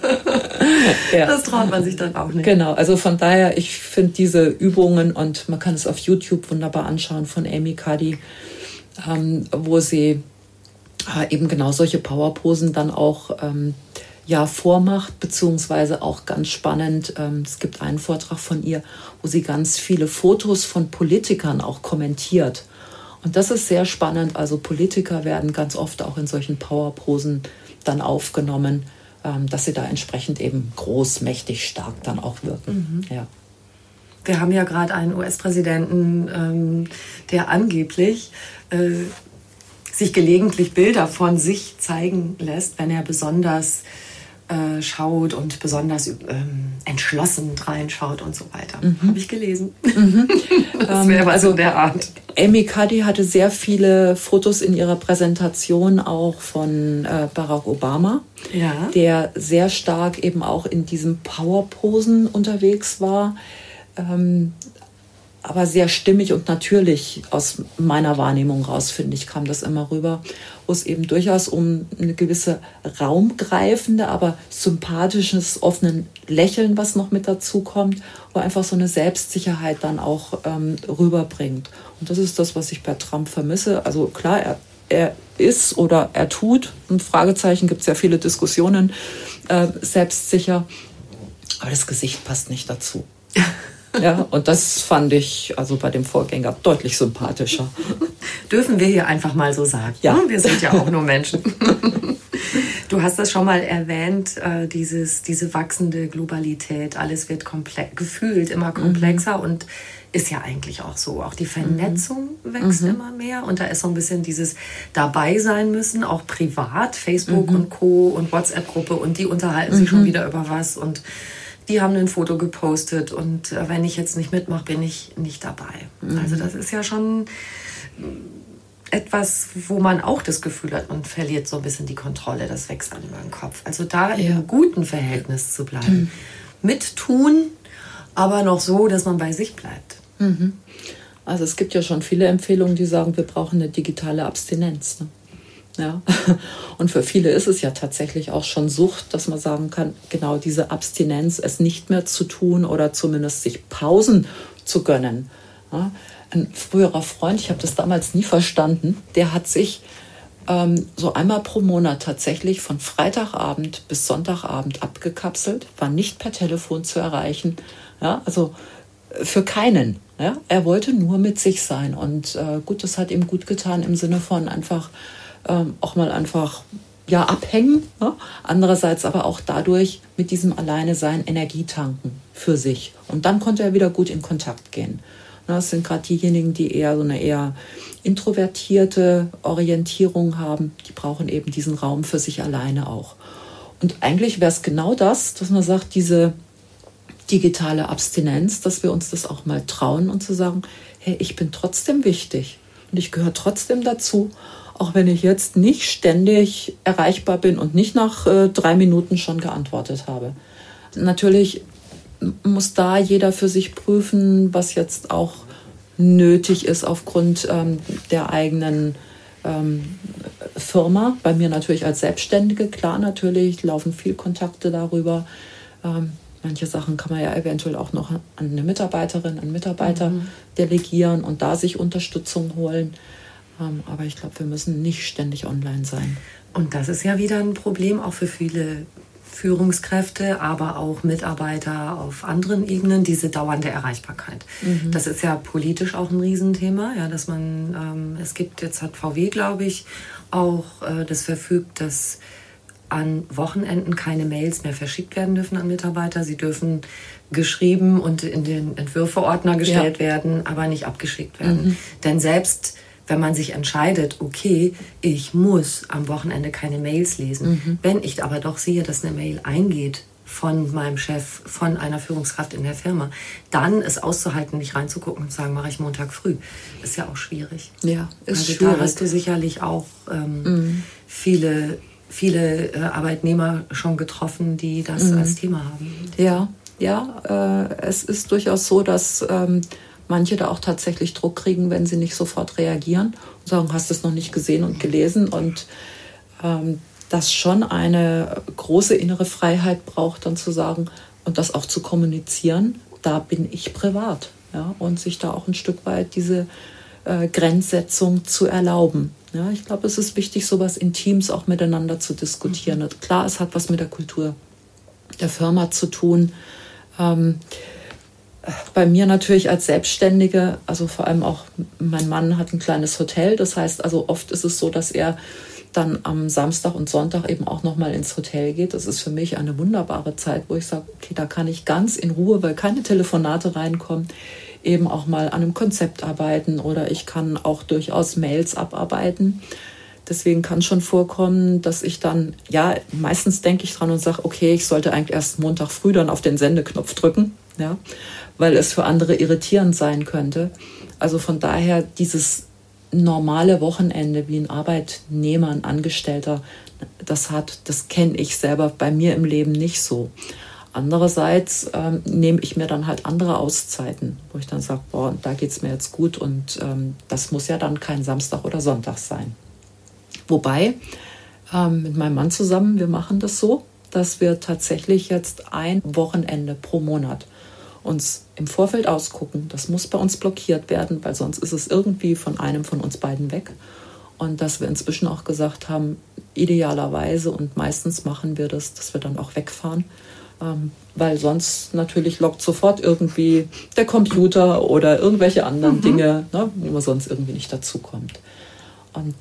Ja. Das traut man sich dann auch nicht. Genau. Also von daher, ich finde diese Übungen, und man kann es auf YouTube wunderbar anschauen von Amy Cuddy, ähm, wo sie äh, eben genau solche Powerposen dann auch ähm, ja, vormacht, beziehungsweise auch ganz spannend, ähm, es gibt einen Vortrag von ihr, wo sie ganz viele Fotos von Politikern auch kommentiert. Und das ist sehr spannend. Also Politiker werden ganz oft auch in solchen Powerposen dann aufgenommen, ähm, dass sie da entsprechend eben groß, mächtig, stark dann auch wirken. Mhm. Ja. Wir haben ja gerade einen U S-Präsidenten, ähm, der angeblich äh, sich gelegentlich Bilder von sich zeigen lässt, wenn er besonders äh, schaut und besonders ähm, entschlossen reinschaut und so weiter. Mhm. Habe ich gelesen. Mhm. Das wäre was also in der Art. Amy Cuddy hatte sehr viele Fotos in ihrer Präsentation auch von äh, Barack Obama, ja. der sehr stark eben auch in diesen Powerposen unterwegs war. Ähm, aber sehr stimmig und natürlich aus meiner Wahrnehmung raus, finde ich, kam das immer rüber, wo es eben durchaus um eine gewisse raumgreifende, aber sympathisches, offenen Lächeln, was noch mit dazu kommt, wo einfach so eine Selbstsicherheit dann auch ähm, rüberbringt. Und das ist das, was ich bei Trump vermisse. Also klar, er, er ist oder er tut, ein Fragezeichen, gibt es ja viele Diskussionen, äh, selbstsicher, aber das Gesicht passt nicht dazu. Ja, und das fand ich also bei dem Vorgänger deutlich sympathischer. Dürfen wir hier einfach mal so sagen. Ja. Wir sind ja auch nur Menschen. Du hast das schon mal erwähnt, äh, dieses, diese wachsende Globalität. Alles wird komplex, gefühlt immer komplexer mhm. und ist ja eigentlich auch so. Auch die Vernetzung mhm. wächst mhm. immer mehr. Und da ist so ein bisschen dieses dabei sein müssen, auch privat. Facebook mhm. und Co. und WhatsApp-Gruppe. Und die unterhalten mhm. sich schon wieder über was. Und die haben ein Foto gepostet. Und äh, wenn ich jetzt nicht mitmache, bin ich nicht dabei. Mhm. Also das ist ja schon etwas, wo man auch das Gefühl hat, man verliert so ein bisschen die Kontrolle. Das wächst an über den Kopf. Also da ja. im guten Verhältnis zu bleiben. Mhm. Mit tun, aber noch so, dass man bei sich bleibt. Mhm. Also es gibt ja schon viele Empfehlungen, die sagen, wir brauchen eine digitale Abstinenz. Ne? Ja. Und für viele ist es ja tatsächlich auch schon Sucht, dass man sagen kann, genau diese Abstinenz, es nicht mehr zu tun oder zumindest sich Pausen zu gönnen. Ja. Ein früherer Freund, ich habe das damals nie verstanden, der hat sich ähm, so einmal pro Monat tatsächlich von Freitagabend bis Sonntagabend abgekapselt, war nicht per Telefon zu erreichen. Ja, also für keinen. Ja? Er wollte nur mit sich sein. Und äh, gut, das hat ihm gut getan im Sinne von einfach ähm, auch mal einfach ja, abhängen. Ja? Andererseits aber auch dadurch mit diesem Alleine-Sein Energie tanken für sich. Und dann konnte er wieder gut in Kontakt gehen. Das sind gerade diejenigen, die eher so eine eher introvertierte Orientierung haben. Die brauchen eben diesen Raum für sich alleine auch. Und eigentlich wäre es genau das, dass man sagt, diese digitale Abstinenz, dass wir uns das auch mal trauen und zu sagen, hey, ich bin trotzdem wichtig und ich gehöre trotzdem dazu, auch wenn ich jetzt nicht ständig erreichbar bin und nicht nach äh, drei Minuten schon geantwortet habe. Natürlich muss da jeder für sich prüfen, was jetzt auch nötig ist aufgrund ähm, der eigenen ähm, Firma. Bei mir natürlich als Selbstständige, klar natürlich, laufen viel Kontakte darüber. Ähm, manche Sachen kann man ja eventuell auch noch an eine Mitarbeiterin, einen Mitarbeiter mhm. delegieren und da sich Unterstützung holen. Ähm, aber ich glaube, wir müssen nicht ständig online sein. Und das ist ja wieder ein Problem auch für viele Führungskräfte, aber auch Mitarbeiter auf anderen Ebenen, diese dauernde Erreichbarkeit. Mhm. Das ist ja politisch auch ein Riesenthema, ja, dass man, ähm, es gibt, jetzt hat V W, glaube ich, auch äh, das verfügt, dass an Wochenenden keine Mails mehr verschickt werden dürfen an Mitarbeiter. Sie dürfen geschrieben und in den Entwürfeordner gestellt ja. werden, aber nicht abgeschickt werden. Mhm. Denn selbst wenn man sich entscheidet, okay, ich muss am Wochenende keine Mails lesen. Mhm. Wenn ich aber doch sehe, dass eine Mail eingeht von meinem Chef, von einer Führungskraft in der Firma, dann es auszuhalten, nicht reinzugucken und zu sagen, mache ich Montag früh, ist ja auch schwierig. Ja, ist also schwierig. Da hast du sicherlich auch ähm, mhm. viele, viele äh, Arbeitnehmer schon getroffen, die das mhm. als Thema haben. Ja, ja, äh, es ist durchaus so, dass ähm, manche da auch tatsächlich Druck kriegen, wenn sie nicht sofort reagieren und sagen, hast du es noch nicht gesehen und gelesen? Und ähm, das schon eine große innere Freiheit braucht, dann zu sagen und das auch zu kommunizieren, da bin ich privat. Ja? Und sich da auch ein Stück weit diese äh, Grenzsetzung zu erlauben. Ja? Ich glaube, es ist wichtig, sowas in Teams auch miteinander zu diskutieren. Mhm. Klar, es hat was mit der Kultur der Firma zu tun. Ähm, Bei mir natürlich als Selbstständige, also vor allem auch mein Mann hat ein kleines Hotel. Das heißt, also oft ist es so, dass er dann am Samstag und Sonntag eben auch nochmal ins Hotel geht. Das ist für mich eine wunderbare Zeit, wo ich sage, okay, da kann ich ganz in Ruhe, weil keine Telefonate reinkommen, eben auch mal an einem Konzept arbeiten oder ich kann auch durchaus Mails abarbeiten. Deswegen kann schon vorkommen, dass ich dann, ja, meistens denke ich dran und sage, okay, ich sollte eigentlich erst Montag früh dann auf den Sendeknopf drücken, ja, weil es für andere irritierend sein könnte. Also von daher dieses normale Wochenende, wie ein Arbeitnehmer, ein Angestellter das hat, das kenne ich selber bei mir im Leben nicht so. Andererseits ähm, nehme ich mir dann halt andere Auszeiten, wo ich dann sage, boah, da geht es mir jetzt gut und ähm, das muss ja dann kein Samstag oder Sonntag sein. Wobei, ähm, mit meinem Mann zusammen, wir machen das so, dass wir tatsächlich jetzt ein Wochenende pro Monat uns im Vorfeld ausgucken. Das muss bei uns blockiert werden, weil sonst ist es irgendwie von einem von uns beiden weg. Und dass wir inzwischen auch gesagt haben, idealerweise und meistens machen wir das, dass wir dann auch wegfahren. Ähm, weil sonst natürlich lockt sofort irgendwie der Computer oder irgendwelche anderen mhm. Dinge, ne, wo man sonst irgendwie nicht dazukommt. Und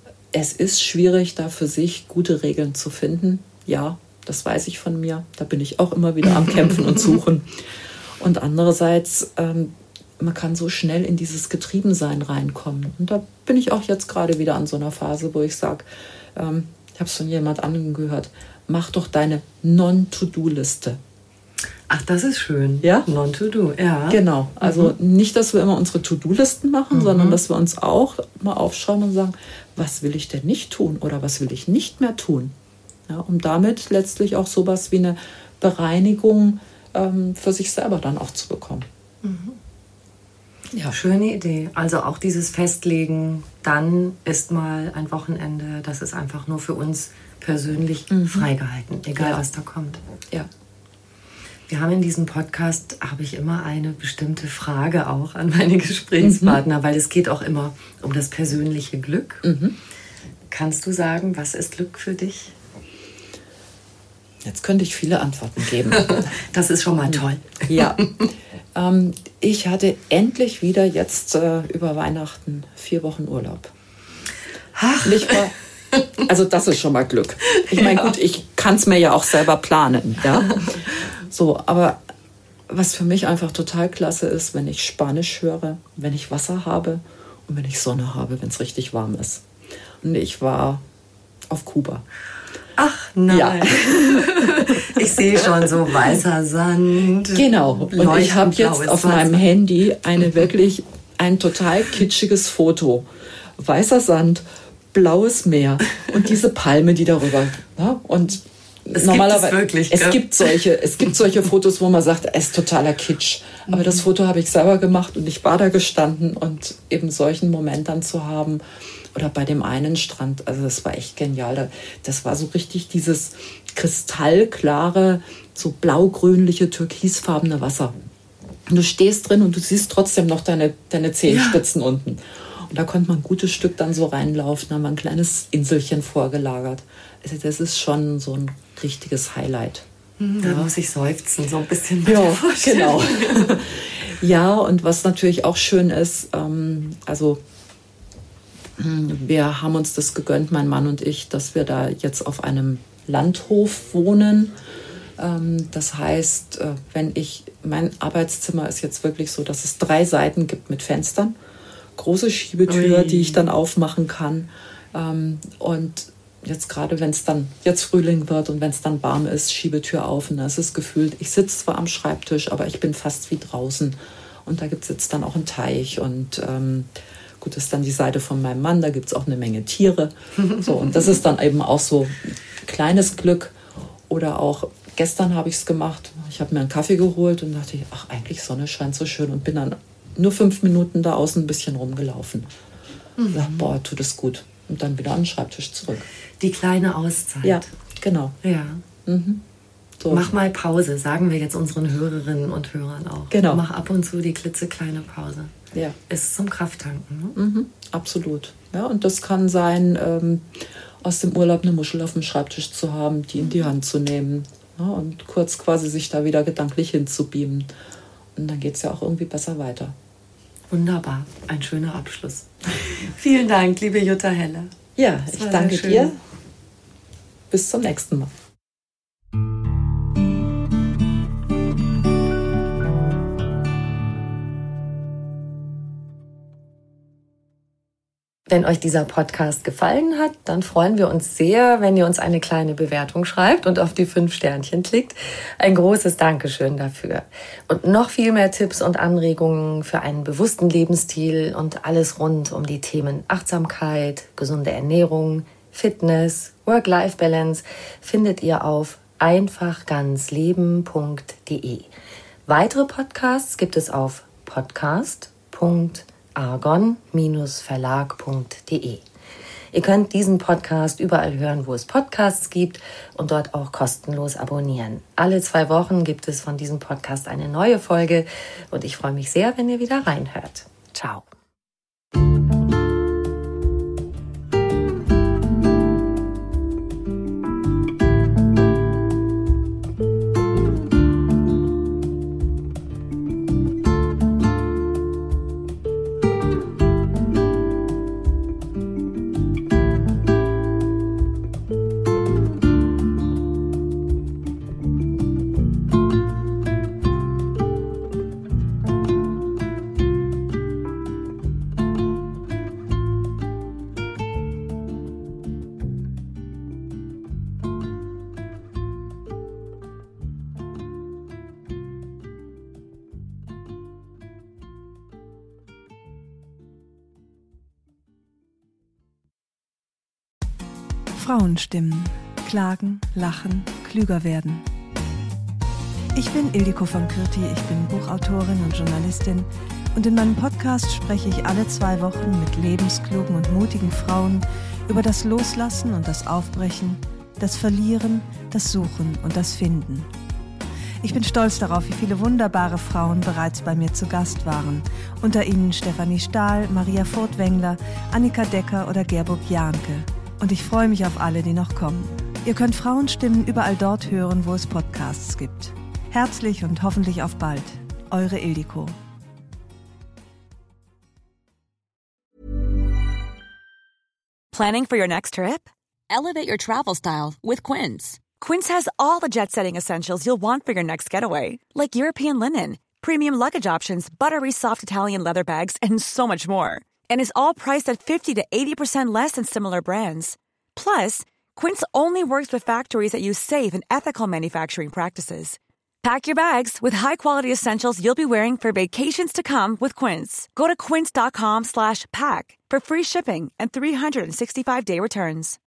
es ist schwierig, da für sich gute Regeln zu finden. Ja, das weiß ich von mir. Da bin ich auch immer wieder am Kämpfen und Suchen. Und andererseits, ähm, man kann so schnell in dieses Getriebensein reinkommen. Und da bin ich auch jetzt gerade wieder an so einer Phase, wo ich sage, ähm, ich habe es von jemand anderem gehört, mach doch deine Non-To-Do-Liste. Ach, das ist schön. Ja? Non-To-Do, ja. Genau. Also mhm. nicht, dass wir immer unsere To-Do-Listen machen, mhm. sondern dass wir uns auch mal aufschreiben und sagen, was will ich denn nicht tun oder was will ich nicht mehr tun? Ja, um damit letztlich auch sowas wie eine Bereinigung ähm, für sich selber dann auch zu bekommen. Mhm. Ja. Schöne Idee. Also auch dieses Festlegen, dann ist mal ein Wochenende, das ist einfach nur für uns persönlich mhm. freigehalten, egal ja. was da kommt. Ja. Wir haben in diesem Podcast, habe ich immer eine bestimmte Frage auch an meine Gesprächspartner, mhm. weil es geht auch immer um das persönliche Glück. Mhm. Kannst du sagen, was ist Glück für dich? Jetzt könnte ich viele Antworten geben. Das ist schon mal toll. Ja. ähm, ich hatte endlich wieder jetzt äh, über Weihnachten vier Wochen Urlaub. Ach. Nicht wahr? Also das ist schon mal Glück. Ich meine, ja. gut, ich kann es mir ja auch selber planen. Ja? So, aber was für mich einfach total klasse ist, wenn ich Spanisch höre, wenn ich Wasser habe und wenn ich Sonne habe, wenn es richtig warm ist. Und ich war auf Kuba. Ach nein. Ja. Ich sehe schon so weißer Sand. Genau. Und ich habe jetzt auf Wasser. meinem Handy eine wirklich ein total kitschiges Foto. Weißer Sand, blaues Meer und diese Palme, die darüber. Ja? Und es normalerweise gibt es wirklich. Es ja? gibt solche, es gibt solche Fotos, wo man sagt, es ist totaler Kitsch. Aber mhm. das Foto habe ich selber gemacht und ich war da gestanden und eben solchen Moment dann zu haben Oder bei dem einen Strand, also das war echt genial. Das war so richtig dieses kristallklare, so blau-grünliche, türkisfarbene Wasser. Und du stehst drin und du siehst trotzdem noch deine, deine Zehenspitzen ja. unten. Und da konnte man ein gutes Stück dann so reinlaufen, da haben wir ein kleines Inselchen vorgelagert. Also das ist schon so ein richtiges Highlight. Da muss ich seufzen, so ein bisschen. Ja, genau. Ja, und was natürlich auch schön ist, ähm, also wir haben uns das gegönnt, mein Mann und ich, dass wir da jetzt auf einem Landhof wohnen. Ähm, das heißt, äh, wenn ich, mein Arbeitszimmer ist jetzt wirklich so, dass es drei Seiten gibt mit Fenstern. Große Schiebetür, Ui. die ich dann aufmachen kann. Ähm, und jetzt gerade, wenn es dann jetzt Frühling wird und wenn es dann warm ist, Schiebetür auf. Und da ist es gefühlt, ich sitze zwar am Schreibtisch, aber ich bin fast wie draußen. Und da gibt es jetzt dann auch einen Teich. Und ähm, gut, das ist dann die Seite von meinem Mann, da gibt es auch eine Menge Tiere. So, und das ist dann eben auch so ein kleines Glück. Oder auch, gestern habe ich es gemacht, ich habe mir einen Kaffee geholt und dachte, ach, eigentlich Sonne scheint so schön. Und bin dann nur fünf Minuten da außen ein bisschen rumgelaufen. Mhm. Dachte, boah, tut es gut. Und dann wieder an den Schreibtisch zurück. Die kleine Auszeit. Ja, genau. Ja. Mhm. So. Mach mal Pause, sagen wir jetzt unseren Hörerinnen und Hörern auch. Genau. Mach ab und zu die klitzekleine Pause. Ja. Ist zum Krafttanken. Ne? Mhm. Absolut. Ja, und das kann sein, ähm, aus dem Urlaub eine Muschel auf dem Schreibtisch zu haben, die in die Hand zu nehmen, ja, und kurz quasi sich da wieder gedanklich hinzubeamen. Und dann geht es ja auch irgendwie besser weiter. Wunderbar, ein schöner Abschluss. Vielen Dank, liebe Jutta Heller. Ja, ich danke dir. Bis zum nächsten Mal. Wenn euch dieser Podcast gefallen hat, dann freuen wir uns sehr, wenn ihr uns eine kleine Bewertung schreibt und auf die fünf Sternchen klickt. Ein großes Dankeschön dafür. Und noch viel mehr Tipps und Anregungen für einen bewussten Lebensstil und alles rund um die Themen Achtsamkeit, gesunde Ernährung, Fitness, Work-Life-Balance findet ihr auf einfach ganz leben punkt de. Weitere Podcasts gibt es auf podcast punkt argon Verlag punkt de. Ihr könnt diesen Podcast überall hören, wo es Podcasts gibt und dort auch kostenlos abonnieren. Alle zwei Wochen gibt es von diesem Podcast eine neue Folge und ich freue mich sehr, wenn ihr wieder reinhört. Ciao. Frauenstimmen. Klagen, lachen, klüger werden. Ich bin Ildiko von Kürti, ich bin Buchautorin und Journalistin und in meinem Podcast spreche ich alle zwei Wochen mit lebensklugen und mutigen Frauen über das Loslassen und das Aufbrechen, das Verlieren, das Suchen und das Finden. Ich bin stolz darauf, wie viele wunderbare Frauen bereits bei mir zu Gast waren. Unter ihnen Stefanie Stahl, Maria Furtwängler, Annika Decker oder Gerburg Jahnke. Und ich freue mich auf alle, die noch kommen. Ihr könnt Frauenstimmen überall dort hören, wo es Podcasts gibt. Herzlich und hoffentlich auf bald. Eure Ildiko. Planning for your next trip? Elevate your travel style with Quince. Quince has all the jet-setting essentials you'll want for your next getaway, like European linen, premium luggage options, buttery soft Italian leather bags, and so much more. And is all priced at fifty to eighty percent less than similar brands. Plus, Quince only works with factories that use safe and ethical manufacturing practices. Pack your bags with high-quality essentials you'll be wearing for vacations to come with Quince. Go to quince.com slash pack for free shipping and three sixty-five day returns.